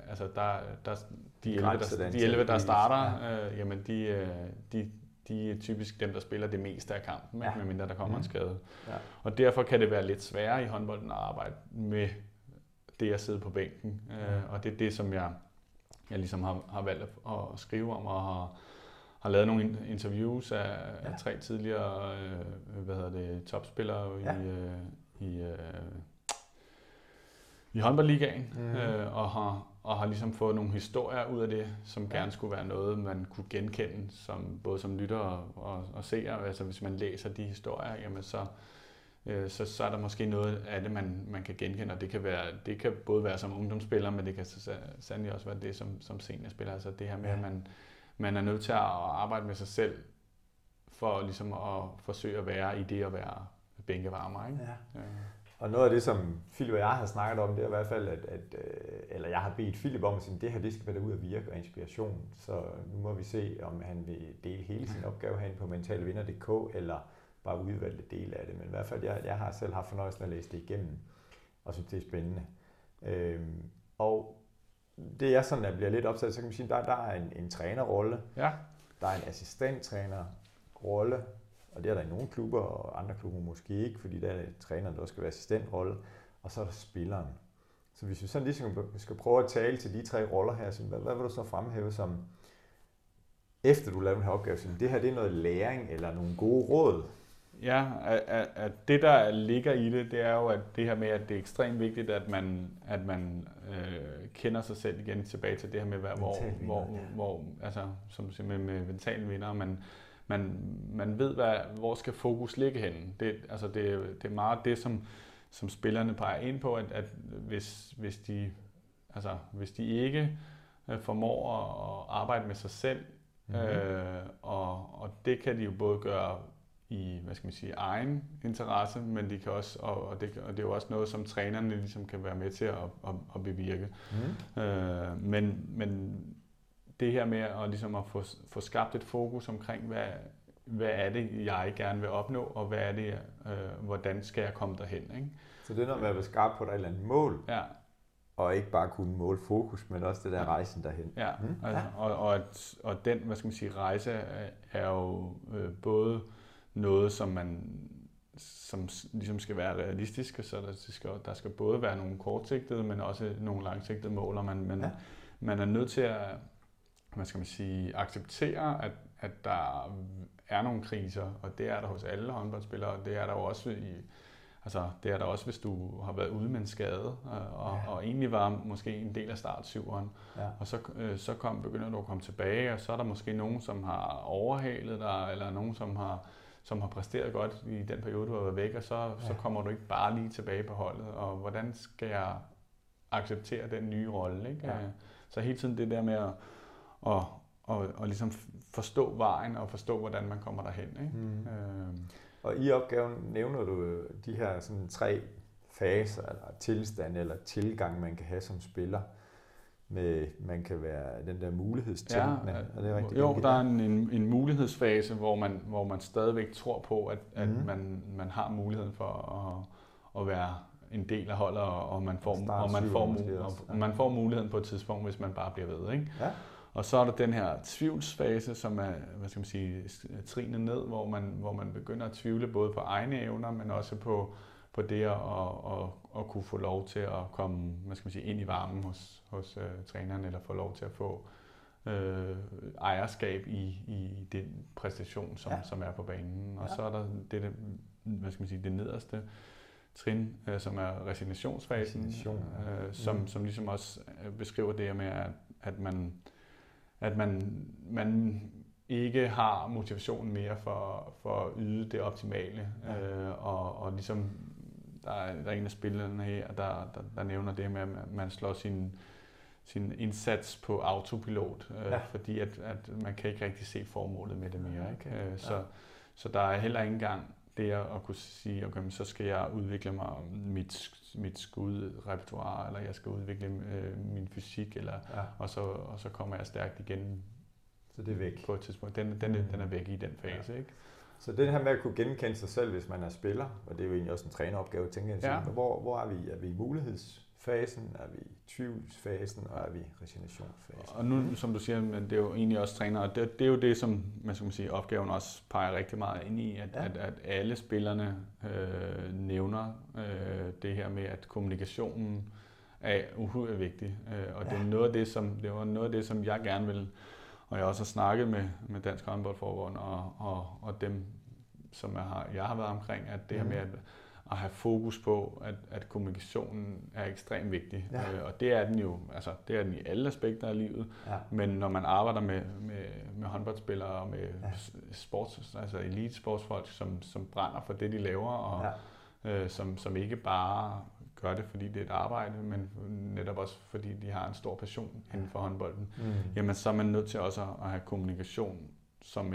de 11, der starter, jamen de er typisk dem, der spiller det meste af kampen, medmindre der kommer en skade. Ja. Og derfor kan det være lidt sværere i håndbolden at arbejde med det at sidde på bænken. Og det er det, som jeg ligesom har valgt at skrive om, og har lavet nogle interviews af 3 tidligere topspillere i håndboldligaen, og har ligesom fået nogle historier ud af det, som gerne skulle være noget, man kunne genkende, både som lytter og seer. Altså hvis man læser de historier, jamen så er der måske noget af det, man kan genkende, og det kan både være som ungdomsspiller, men det kan sandelig også være det som seniorspiller. Altså det her med, at man er nødt til at arbejde med sig selv, for ligesom at forsøge at være i det at være bænkevarmer, ikke? Ja. Og noget af det, som Philip og jeg har snakket om, det er i hvert fald, eller jeg har bedt Philip om at sige, at det her, det skal være ud af virke og inspiration. Så nu må vi se, om han vil dele hele sin opgave herinde på mentalvinder.dk, eller bare udvalgte dele af det. Men i hvert fald, jeg har selv haft fornøjelsen at læse det igennem, og synes, det er spændende. Og det er sådan, at jeg bliver lidt opsat, så kan man sige, at der er en trænerrolle, der er en assistenttrænerrolle, og det er der i nogle klubber, og andre klubber måske ikke, fordi der er træneren, der skal være assistentrolle, og så er der spilleren. Så hvis vi sådan ligesom skal prøve at tale til de 3 roller her, så hvad vil du så fremhæve som, efter du laver den her opgave, så det her det er noget læring eller nogle gode råd? Ja, at det der ligger i det, det er jo at det her med, at det er ekstremt vigtigt, at man kender sig selv igen, tilbage til det her med, hvor altså, som du siger, med mentale vinder, man ved, hvor skal fokus ligge henne. Det er meget det, som spillerne peger ind på, at hvis de ikke formår at arbejde med sig selv, og det kan de jo både gøre i, egen interesse, men de kan også, og det er jo også noget, som trænerne ligesom kan være med til at bevirke. Men det her med at, ligesom at få skabt et fokus omkring, hvad er det, jeg gerne vil opnå, og hvad er det, hvordan skal jeg komme derhen, ikke? Så det er noget med at være skarp på et eller andet mål, ja. Og ikke bare kunne måle fokus, men også det der rejsen derhen. Ja, og den, rejse er jo både noget, som ligesom skal være realistisk, så der skal både være nogle kortsigtede, men også nogle langsigtede mål, og man er nødt til at, acceptere, at der er nogle kriser, og det er der hos alle håndboldspillere, og det er der jo også det er der også, hvis du har været ude med en skade, og egentlig var måske en del af startsyveren, og så begynder du at komme tilbage, og så er der måske nogen, som har overhalet dig, eller nogen, som har præsteret godt i den periode, du har været væk, og så kommer du ikke bare lige tilbage på holdet, og hvordan skal jeg acceptere den nye rolle, ikke? Så hele tiden det der med at ligesom forstå vejen, og forstå, hvordan man kommer derhen, ikke? Og i opgaven nævner du de her sådan 3 faser, eller tilstande, eller tilgang, man kan have som spiller. Man kan være den der mulighedstænkende. Er det rigtigt? Jo, der er en mulighedsfase, hvor man stadigvæk tror på, at man har muligheden for at være en del af holdet, og man får muligheden på et tidspunkt, hvis man bare bliver ved, ikke? Ja. Og så er der den her tvivlsfase, som er, trinet ned, hvor man begynder at tvivle både på egne evner, men også på det at kunne få lov til at komme, ind i varmen hos træneren, eller få lov til at få ejerskab i den præstation, som er på banen. Og så er der det nederste trin, som er resignationsfasen, som ligesom også beskriver det med, at man ikke har motivationen mere for at yde det optimale, og ligesom der er en af spillerne her, der nævner det med, at man slår sin indsats på autopilot, fordi at man kan ikke rigtig se formålet med det mere, ikke? Så der er heller ikke engang det at kunne sige, okay, så skal jeg udvikle mig mit skudrepertoire, eller jeg skal udvikle min fysik, og så kommer jeg stærkt igen. Så det er væk på et tidspunkt. Den er væk i den fase, ikke? Så det her med at kunne genkende sig selv, hvis man er spiller, og det er jo egentlig også en træneropgave, tænker jeg. Ja. Hvor er vi? Er vi i mulighedsfasen? Er vi i tvivlsfasen? Og er vi i resignationsfasen? Og nu, som du siger, men det er jo egentlig også træner, og det er jo det, som opgaven også peger rigtig meget ind i, at alle spillerne nævner det her med, at kommunikationen er uhyre vigtig. Og det er noget af det, som jeg gerne vil. Og jeg også har snakket med Dansk Håndboldforbund og dem, som jeg har været omkring, at det her med at have fokus på, at kommunikationen er ekstremt vigtig. Og det er den jo, det er den i alle aspekter af livet. Ja. Men når man arbejder med håndboldspillere og med elitesportsfolk, som brænder for det, de laver, og som ikke bare gør det, fordi det er et arbejde, men netop også fordi de har en stor passion inden for håndbolden, jamen så er man nødt til også at have kommunikation som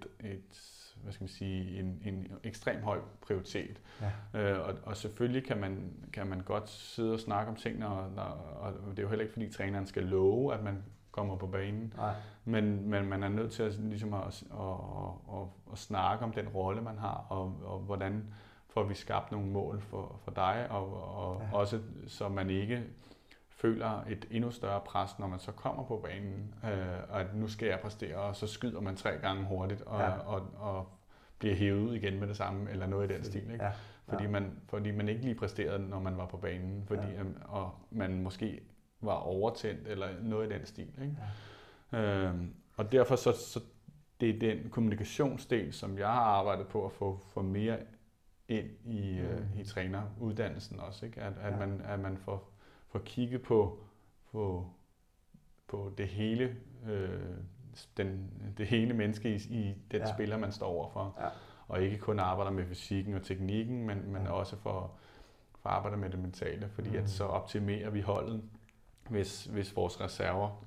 en ekstrem høj prioritet. Ja. Og selvfølgelig kan man godt sidde og snakke om tingene, og det er jo heller ikke fordi træneren skal love, at man kommer på banen, men man er nødt til ligesom at snakke om den rolle, man har, og hvordan får vi skabt nogle mål for dig, og også så man ikke føler et endnu større pres, når man så kommer på banen, og at nu skal jeg præstere, og så skyder man 3 gange hurtigt, og bliver hævet ud igen med det samme, eller noget i den stil, ikke? Ja. Fordi man ikke lige præsterede, når man var på banen, og man måske var overtændt, eller noget i den stil, ikke? Ja. Og derfor så det er den kommunikationsdel, som jeg har arbejdet på at få mere ind i træneruddannelsen også, ikke? At man får kigget på det hele det hele menneske i den spiller, man står overfor. Ja. Og ikke kun arbejder med fysikken og teknikken, men også for arbejde med det mentale, fordi at så optimerer vi holdet, hvis vores reserver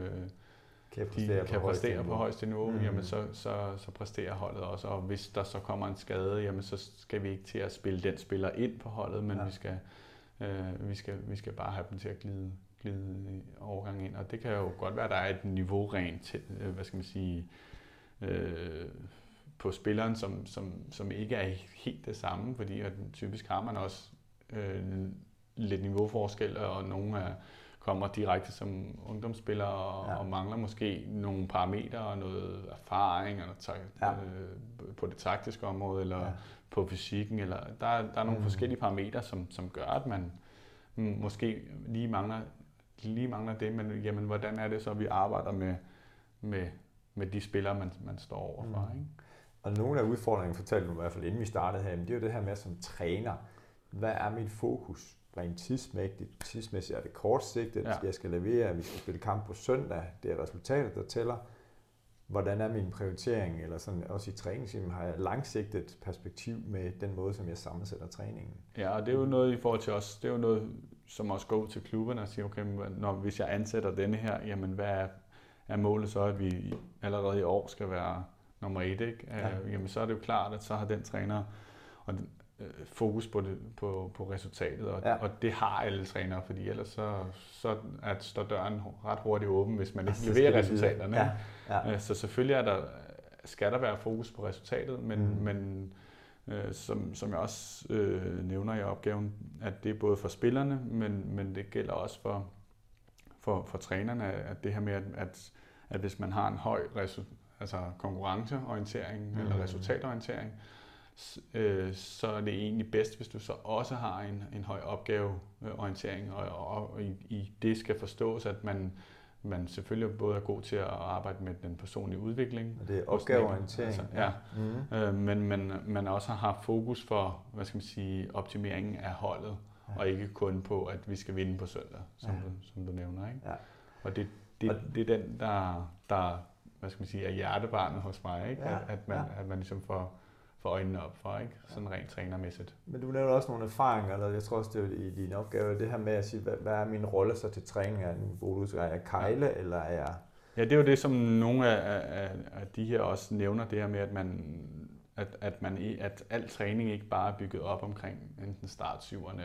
kan præstere på højeste niveau, jamen så præsterer holdet også. Og hvis der så kommer en skade, jamen så skal vi ikke til at spille den spiller ind på holdet, men vi skal bare have dem til at glide overgang ind. Og det kan jo godt være, at der er et niveau rent, på spilleren, som ikke er helt det samme, fordi at typisk har man også lidt niveauforskel, og nogle kommer direkte som ungdomsspillere og mangler måske nogle parametre og noget erfaring på det taktiske område, eller på fysikken, eller der er nogle forskellige parametre, som gør, at man måske lige mangler det, men jamen, hvordan er det så, vi arbejder med de spillere, man står overfor, ikke? Og nogle af udfordringerne fortalte du i hvert fald, inden vi startede her, det er jo det her med som træner. Hvad er mit fokus? Rent tidsmæssigt er det kortsigtet, jeg skal levere, vi skal spille kamp på søndag, det er resultatet, der tæller. Hvordan er min prioritering, eller sådan også i træningstimen, har jeg langsigtet perspektiv med den måde, som jeg sammensætter træningen? Ja, og det er jo noget i forhold til os, det er jo noget, som også går ud til klubberne og siger, okay, hvis jeg ansætter denne her, jamen hvad er målet så, at vi allerede i år skal være nummer 1, ikke? Jamen så er det jo klart, at så har den træner fokus på resultatet, og det har alle trænere, fordi ellers så står døren ret hurtigt åben, hvis man ikke leverer resultaterne. Så selvfølgelig skal der være fokus på resultatet, men som jeg også nævner i opgaven, at det er både for spillerne, men det gælder også for trænerne, at det her med, at hvis man har en høj konkurrenceorientering eller resultatorientering, så er det egentlig bedst, hvis du så også har en høj opgaveorientering, og i det skal forstås, at man selvfølgelig både er god til at arbejde med den personlige udvikling. Og det er opgaveorientering. Men man også har haft fokus for, optimeringen af holdet, og ikke kun på, at vi skal vinde på søndag, som du nævner, ikke? Ja. Og det er den, der er hjertebarnet hos mig, ikke? At man ligesom får øjnene op for, ikke? Sådan rent trænermæssigt. Men du nævner også nogle erfaringer, eller jeg tror også, det er i din opgave, det her med at sige, hvad er min rolle så til træning? Er jeg kejle, eller er jeg... Ja, det er jo det, som nogle af de her også nævner, det her med, at al træning ikke bare er bygget op omkring enten startsyveren,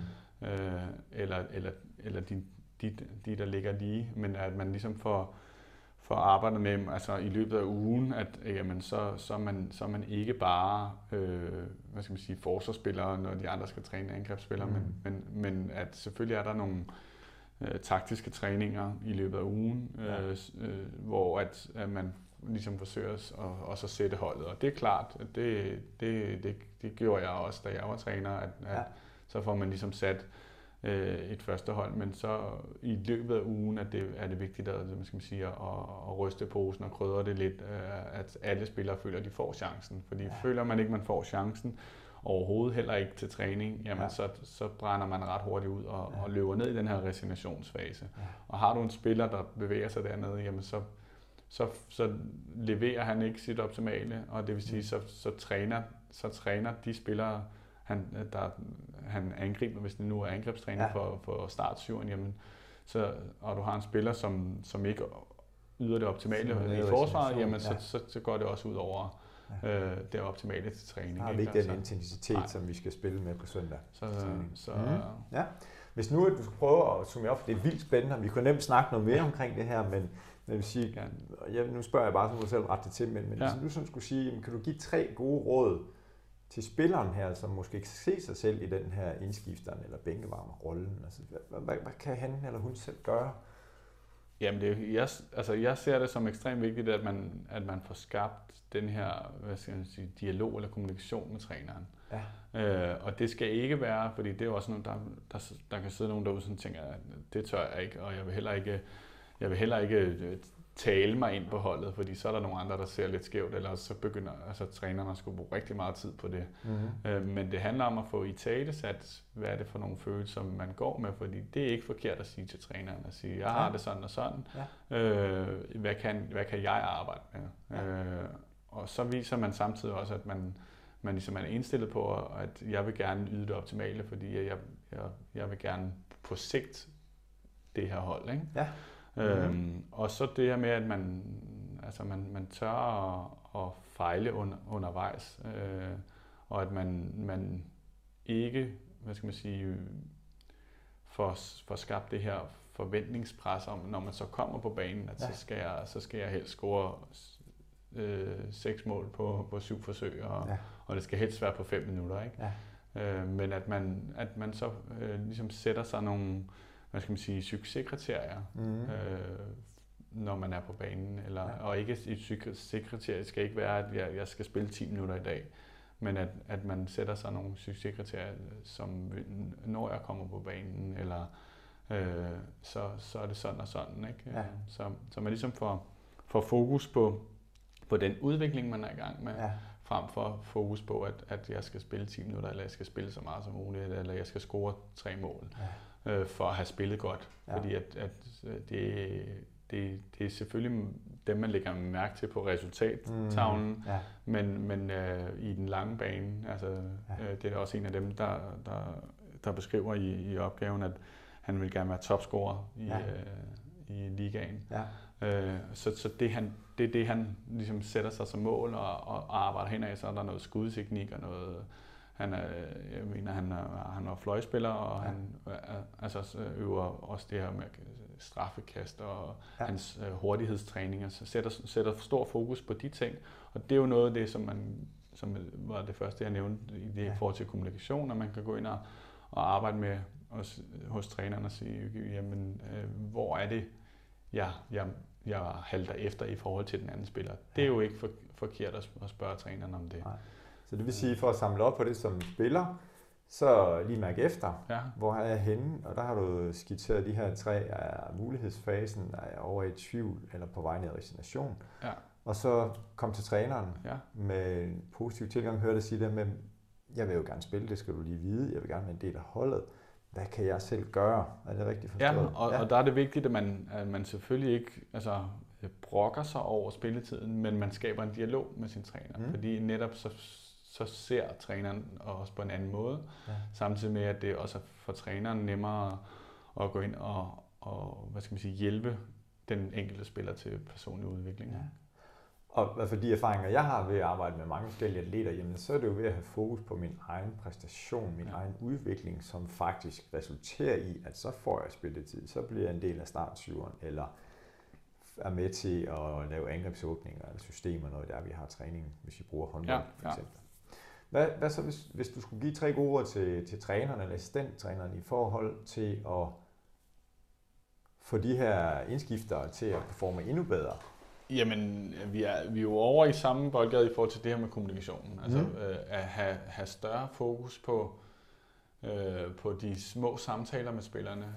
eller de, der ligger lige, men at man ligesom får arbejdet med dem, altså i løbet af ugen, at jamen, så er man ikke bare forsvarsspillere, når de andre skal træne angrebsspillere, men at selvfølgelig er der nogle taktiske træninger i løbet af ugen, hvor at man ligesom forsøger også at sætte holdet, og det er klart, at det gjorde jeg også, da jeg var træner, at så får man ligesom sat et første hold, men så i løbet af ugen er det vigtigt at ryste posen og krydre det lidt, at alle spillere føler, at de får chancen. Fordi føler man ikke, man får chancen, overhovedet heller ikke til træning, jamen så brænder man ret hurtigt ud og løber ned i den her resignationsfase. Og har du en spiller, der bevæger sig dernede, jamen så leverer han ikke sit optimale, og det vil sige, så træner de spillere, han angriber, hvis det nu er angrebstræning for startsyveren, jamen, og du har en spiller, som ikke yder det optimale i forsvaret, jamen, så går det også ud over det optimale til træning. Har vi ikke den intensitet, som vi skal spille med på søndag? Ja. Hvis nu du skulle prøve at summere op, for det er vildt spændende, og vi kunne nemt snakke noget mere omkring det her, men jeg vil sige, nu spørger jeg bare, så må du selv rette det til, men hvis du sådan skulle sige, kan du give 3 gode råd til spilleren her, som måske ikke se sig selv i den her indskifteren eller bænkevarmer-rollen? Altså, hvad kan han eller hun selv gøre Jamen, jeg ser det som ekstremt vigtigt, at man får skabt den her, hvad skal man sige, dialog eller kommunikation med træneren. Ja. Og det skal ikke være, fordi det er også noget, der kan sidde nogen derude, som tænker, at det tør jeg ikke, og jeg vil heller ikke tale mig ind på holdet, fordi så er der nogle andre, der ser lidt skævt, eller så begynder trænerne at skulle bruge rigtig meget tid på det. Mm-hmm. Men det handler om at få italesat, hvad er det for nogle følelser, man går med, fordi det er ikke forkert at sige til træneren, at sige, jeg har det sådan og sådan, hvad kan jeg arbejde med? Ja. Og så viser man samtidig også, at man ligesom er indstillet på, at jeg vil gerne yde det optimale, fordi jeg vil gerne på sigt det her hold, ikke? Ja. Og så det her med, at man tør at fejle undervejs, og at man ikke, hvad skal man sige, får skabt det her forventningspres om, når man så kommer på banen, at så skal jeg helst score 6 mål på 7 forsøg, og det skal helst være på 5 minutter, ikke? Ja. Men at man så ligesom sætter sig nogle, hvad skal man sige, succeskriterier, når man er på banen. Og ikke et succeskriterie skal ikke være, at jeg skal spille 10 minutter i dag, men at man sætter sig nogle succeskriterier, som når jeg kommer på banen, eller så er det sådan og sådan, ikke? Ja. Så man ligesom får fokus på den udvikling, man er i gang med, frem for fokus på, at jeg skal spille 10 minutter, eller jeg skal spille så meget som muligt, eller jeg skal score 3 mål. For at have spillet godt. Ja. Fordi at det er selvfølgelig dem, man lægger mærke til på resultattavlen, men i den lange bane, det er også en af dem, der beskriver i opgaven, at han vil gerne være topscorer i ligaen. Ja. Så det er det, han ligesom sætter sig som mål og arbejder henad, så er der noget skudteknik og noget. Han var fløjspiller, og han øver også det her med straffekast og hans hurtighedstræning, så sætter stor fokus på de ting. Og det er jo noget af det, som var det første, jeg nævnte i det forhold til kommunikation, at man kan gå ind og arbejde med hos træneren og sige, jamen, hvor er det, jeg halter efter i forhold til den anden spiller. Det er jo ikke forkert at spørge træneren om det. Nej. Så det vil sige, for at samle op på det som spiller, så lige mærke efter, hvor er jeg henne, og der har du skitseret de her 3 af mulighedsfasen, er jeg over i tvivl eller på vej ned i resignation, og så kom til træneren med en positiv tilgang, hørte dig sige det med, jeg vil jo gerne spille, det skal du lige vide, jeg vil gerne være en del af holdet, hvad kan jeg selv gøre? Er det rigtigt forstået? Ja, og der er det vigtigt, at man selvfølgelig ikke brokker sig over spilletiden, men man skaber en dialog med sin træner, fordi netop så ser træneren også på en anden måde, samtidig med, at det også er for træneren nemmere at gå ind og hvad skal man sige, hjælpe den enkelte spiller til personlig udvikling. Ja. Og for de erfaringer, jeg har ved at arbejde med mange forskellige atleter, jamen, så er det jo ved at have fokus på min egen præstation, min egen udvikling, som faktisk resulterer i, at så får jeg spilletid, så bliver jeg en del af startsyveren, eller er med til at lave angrebsåbninger eller systemer, noget der vi har træning, hvis vi bruger håndbold for eksempel. Hvad så, hvis du skulle give 3 gode ord til træneren eller assistenttræneren i forhold til at få de her indskiftere til at performe endnu bedre? Jamen, vi er jo over i samme boldgade i forhold til det her med kommunikationen. Altså at have større fokus på de små samtaler med spillerne.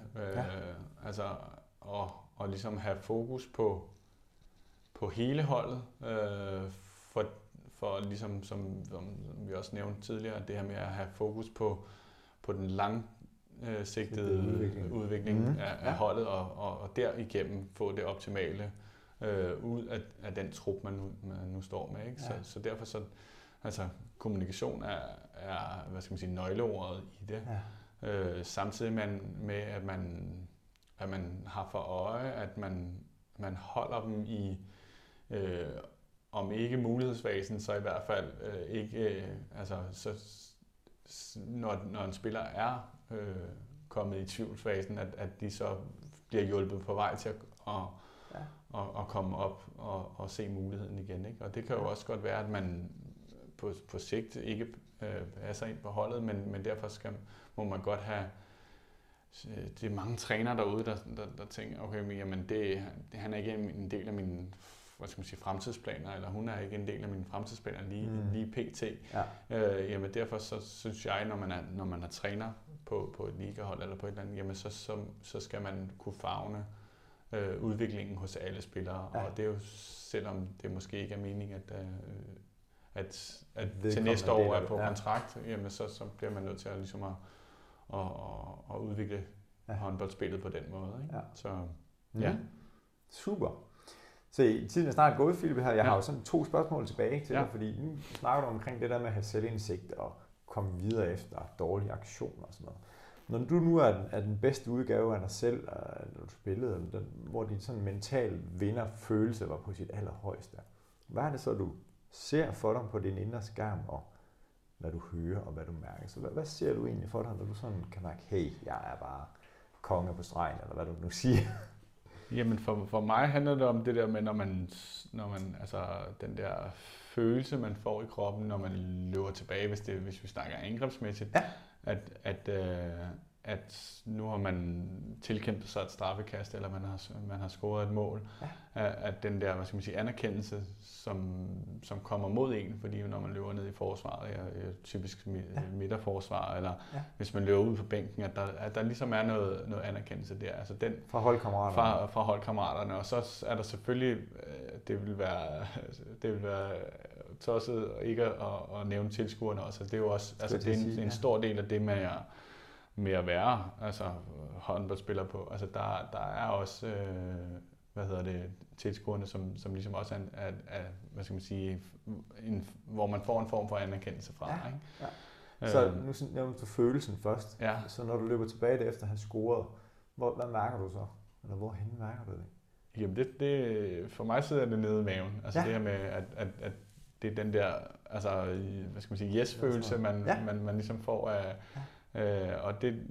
Og ligesom have fokus på hele holdet. For ligesom, som vi også nævnte tidligere, det her med at have fokus på den langsigtede udvikling af holdet, og derigennem få det optimale ud af den trup, man nu står med. Ikke? Ja. Så derfor kommunikation er hvad skal man sige, nøgleordet i det. Ja. Samtidig med, at man har for øje, at man holder dem i om ikke mulighedsfasen, så i hvert fald ikke, når en spiller er kommet i tvivlsfasen, at de så bliver hjulpet på vej til at komme op og se muligheden igen. Ikke? Og det kan jo også godt være, at man på sigt ikke passer ind på holdet, men derfor må man godt det er mange trænere derude, der tænker, okay, men jamen han er ikke en del af mine, hvad skal man sige, fremtidsplaner, eller hun er ikke en del af mine fremtidsplaner lige pt. Ja. Jamen derfor så synes jeg, når man er træner på et ligahold eller på et eller andet, jamen så skal man kunne favne udviklingen hos alle spillere, og det er jo, selvom det måske ikke er meningen, at til næste år er på kontrakt, jamen så bliver man nødt til at ligesom at udvikle håndboldspillet på den måde. Ikke? Ja. Så, ja. Super. Så tiden er snart gået, Philip, her. Jeg har jo sådan 2 spørgsmål tilbage til dig, fordi nu snakker du omkring det der med at have selvindsigt og komme videre efter dårlige aktioner og sådan noget. Når du nu er den bedste udgave af dig selv, når du spillede, hvor din sådan mental vinderfølelse var på sit allerhøjeste, hvad er det så, du ser for dig på din indre skærm, og hvad du hører og hvad du mærker? Så hvad ser du egentlig for dig, når du sådan kan mærke, hey, jeg er bare konge på stregen, eller hvad du nu siger? Jamen for mig handler det om det der med, når man altså den der følelse, man får i kroppen, når man løber tilbage, hvis vi snakker angrebsmæssigt, at nu har man tilkæmpet sig et straffekast, eller man har scoret et mål, at den der, hvad skal man sige, anerkendelse, som kommer mod en, fordi når man løber ned i forsvaret, typisk midterforsvar, eller hvis man løber ud på bænken, at der ligesom er noget anerkendelse der. Altså den fra holdkammeraterne. Fra holdkammeraterne, og så er der selvfølgelig, det vil være tosset ikke at nævne tilskuerne også. Det er jo også, altså det er en stor del af det med at være håndboldspiller på. Altså der er også tilskuerne, som ligesom også er hvad skal man sige, hvor man får en form for anerkendelse fra. Ja. Ikke? Ja. Så nu nævner du følelsen først. Ja. Så når du løber tilbage efter at have scoret, hvad mærker du så? Eller hvorhen mærker du det? Jamen det for mig sidder det nede i maven. Altså det her med at det er den der, altså hvad skal man sige, yes-følelse, man ligesom får af. Og det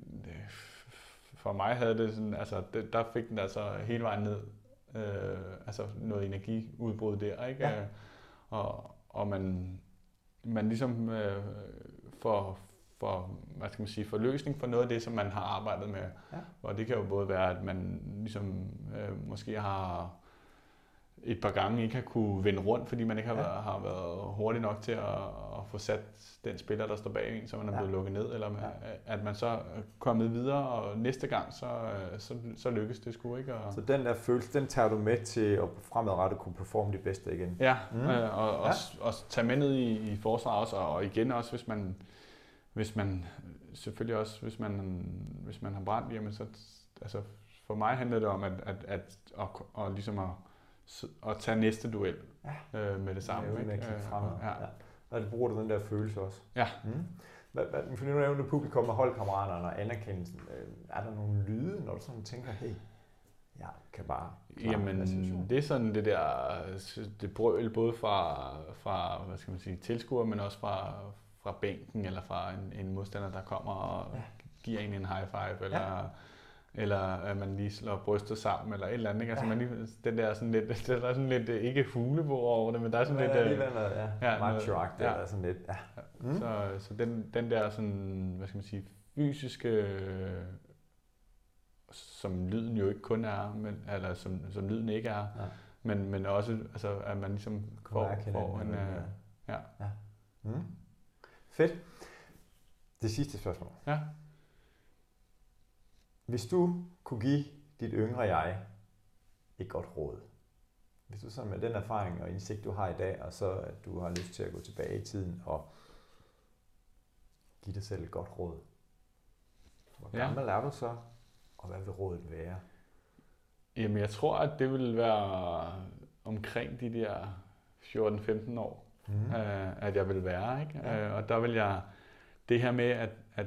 for mig havde det sådan, altså der fik den altså hele vejen ned, altså noget energiudbrud der, ikke? Ja. Og man ligesom får hvad skal man sige, forløsning for noget af det, som man har arbejdet med. Ja. Og det kan jo både være, at man ligesom måske har et par gange ikke har kunne vende rundt, fordi man ikke har været hurtig nok til at få sat den spiller, der står bag en, så man er blevet lukket ned, eller at man så er kommet videre, og næste gang, så lykkes det sgu ikke. Og så den der følelse, den tager du med til at fremadrettet kunne performe det bedste igen? Ja, og tage med ned i forsvaret også, og igen også, hvis man selvfølgelig også, hvis man har brændt, jamen så, altså for mig handler det om at ligesom at tage næste duel med det samme. Med at kigge fremad. Og det bruger du den der følelse også. Ja. For nu nævner du publikum og holdkammeraterne og anerkendelsen. Er der nogle lyde, når du sådan tænker, hey, jeg kan bare Jamen, det er sådan det der, det brøl både fra hvad skal man sige, tilskuere, men også fra bænken, eller fra en modstander, der kommer og giver en high five, eller at man lige slår brystet sammen, eller et eller andet. Ikke? Altså man lige, den der sådan lidt ikke hulebord over det, men der er sådan lidt macho-agtigt, eller sådan lidt. Ja. Så den der sådan, hvad skal man sige, fysiske, som lyden jo ikke kun er, men eller som lyden ikke er, men også altså at man ligesom får en Fedt. Det sidste spørgsmål. Ja. Hvis du kunne give dit yngre jeg et godt råd, hvis du så med den erfaring og indsigt, du har i dag, og så at du har lyst til at gå tilbage i tiden og give dig selv et godt råd, hvor gammel er du så, og hvad vil rådet være? Jamen jeg tror, at det vil være omkring de der 14-15 år, at jeg vil være. Ikke? Ja. Og der vil jeg, det her med,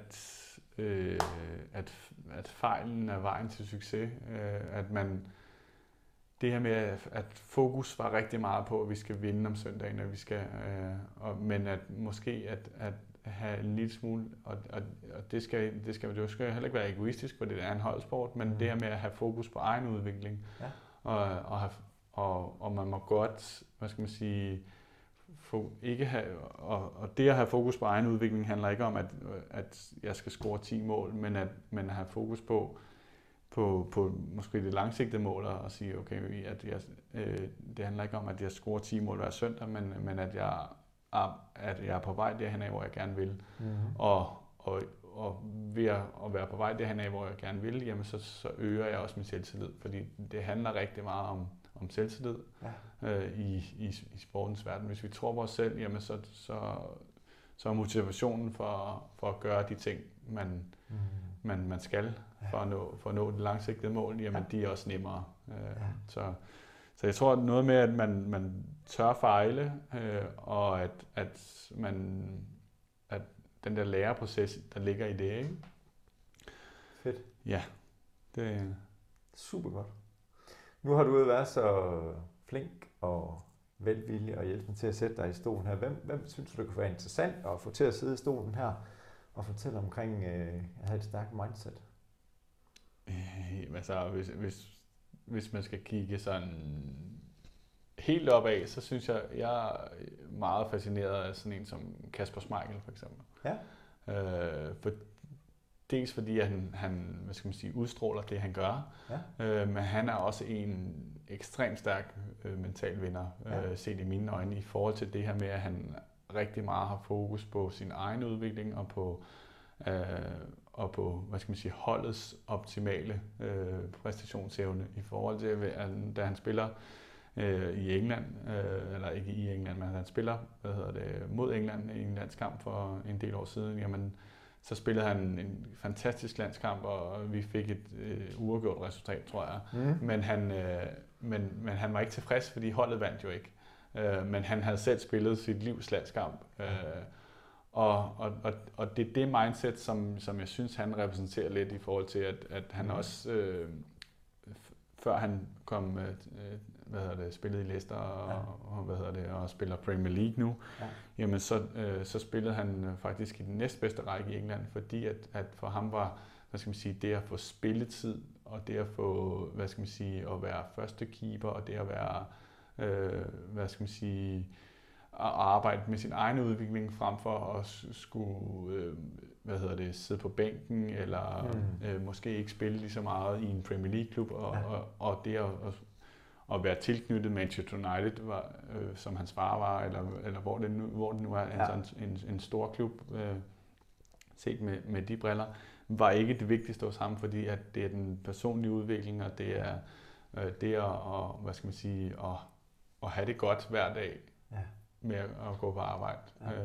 at fejlen er vejen til succes, at man, det her med, at fokus var rigtig meget på, at vi skal vinde om søndagen, at vi skal, men at måske at have en lille smule, og det skal heller ikke være egoistisk, for det er en holdsport, men det her med at have fokus på egen udvikling, og man må godt, hvad skal man sige, ikke have, og det at have fokus på egen udvikling handler ikke om, at jeg skal score 10 mål, men at have fokus på måske det langsigtede mål og sige, okay, det handler ikke om, at jeg scorer 10 mål hver søndag, men at jeg er på vej derhen af, hvor jeg gerne vil. Mm-hmm. Og ved at være på vej derhen af, hvor jeg gerne vil, jamen så øger jeg også min selvtillid, fordi det handler rigtig meget om selvtillid i sportens verden. Hvis vi tror på os selv, jamen så er motivationen for at gøre de ting, man skal for at nå det langsigtede mål, jamen de er også nemmere. Så jeg tror, at noget med, at man tør fejle, og at den der læreproces, der ligger i det, ikke? Fedt. Ja, det super godt. Nu har du været så flink og velvillig og hjælpe til at sætte dig i stolen her. Hvem synes du, det kunne være interessant at få til at sidde i stolen her og fortælle omkring at have et stærkt mindset? Altså, hvis man skal kigge sådan helt opad, så synes jeg er meget fascineret af sådan en som Kasper Schmeichel for eksempel. Ja. Dels fordi han hvad skal man sige, udstråler det, han gør, men han er også en ekstremt stærk mental vinder, set i mine øjne, i forhold til det her med, at han rigtig meget har fokus på sin egen udvikling og på hvad skal man sige, holdets optimale præstationsevne i forhold til, da han spiller i England, eller ikke i England, men han spiller mod England i en landskamp for en del år siden, jamen så spillede han en fantastisk landskamp, og vi fik et uafgjort resultat, tror jeg. Men han var ikke tilfreds, fordi holdet vandt jo ikke. Men han havde selv spillet sit livs landskamp. Og det er det mindset, som jeg synes, han repræsenterer lidt i forhold til, at han også, før han kom spillede i Leicester og spiller Premier League nu, jamen så spillede han faktisk i den næstbedste række i England, fordi at for ham var, hvad skal man sige, det at få spilletid og det at få, hvad skal man sige, at være første keeper og det at være, hvad skal man sige, at arbejde med sin egen udvikling frem for at skulle sidde på bænken eller måske ikke spille lige så meget i en Premier League klub og det at være tilknyttet Manchester United, som hans far var, eller hvor det nu er en stor klub, set med de briller, var ikke det vigtigste hos ham, fordi at det er den personlige udvikling, og det er det at hvad skal man sige, at have det godt hver dag med at gå på arbejde.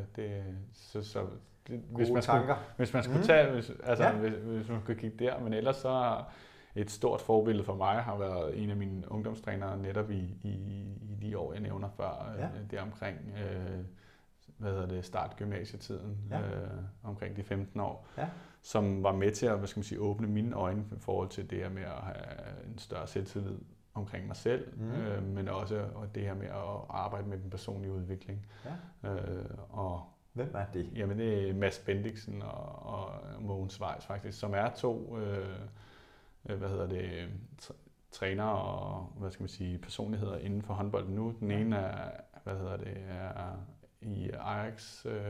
Hvis man skulle tage, hvis man skulle kigge der, men ellers så et stort forbillede for mig har været en af mine ungdomstrænere netop i de år, jeg nævner før, der omkring start gymnasietiden, omkring de 15 år, som var med til at, hvad skal man sige, åbne mine øjne i forhold til det her med at have en større selvtillid omkring mig selv, men også det her med at arbejde med den personlige udvikling. Hvem er det? Jamen det er Mads Bendiksen og Mogens Weiss faktisk, som er to trænere og hvad skal man sige, personligheder inden for håndbold nu. Den ene er er i Ajax.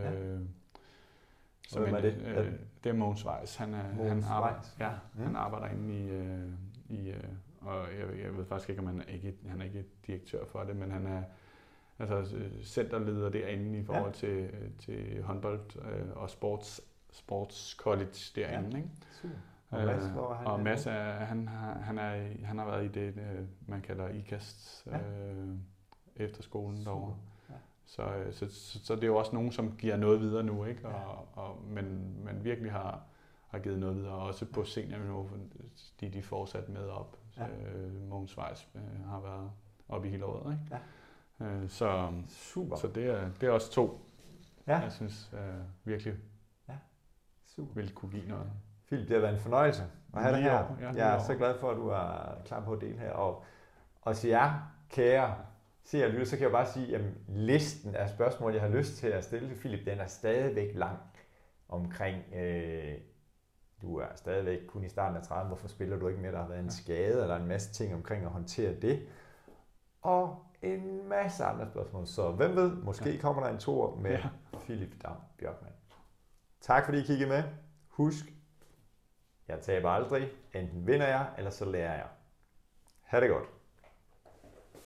Som er det? Det er Mogens Weiss. Han arbejder inde i og jeg ved faktisk ikke, om han er ikke direktør for det, men han er centerleder derinde i forhold til håndbold og sports college derinde. Ikke? Og Mads, han har været i det, man kalder IKAST efterskolen derovre. Så det er jo også nogen, som giver noget videre nu, ikke? Men virkelig har givet noget videre, også på seniorniveau, de fortsat med op. Mogens Weiss har været oppe i hele året, ikke? Super. Så det er også to, jeg synes virkelig vil kunne give noget. Philip, det har været en fornøjelse at have dig her. Jeg er så glad for, at du er klar på at dele her. Og til jer, kære seere og lytter, så kan jeg bare sige, at listen af spørgsmål, jeg har lyst til at stille til Philip, den er stadigvæk lang omkring, du er stadigvæk kun i starten af 30, hvorfor spiller du ikke mere? Der har været en skade eller en masse ting omkring at håndtere det. Og en masse andre spørgsmål. Så hvem ved, måske kommer der en tur med Philip Dam Bjørkman. Tak fordi I kiggede med. Husk, jeg taber aldrig. Enten vinder jeg, eller så lærer jeg. Ha' det godt.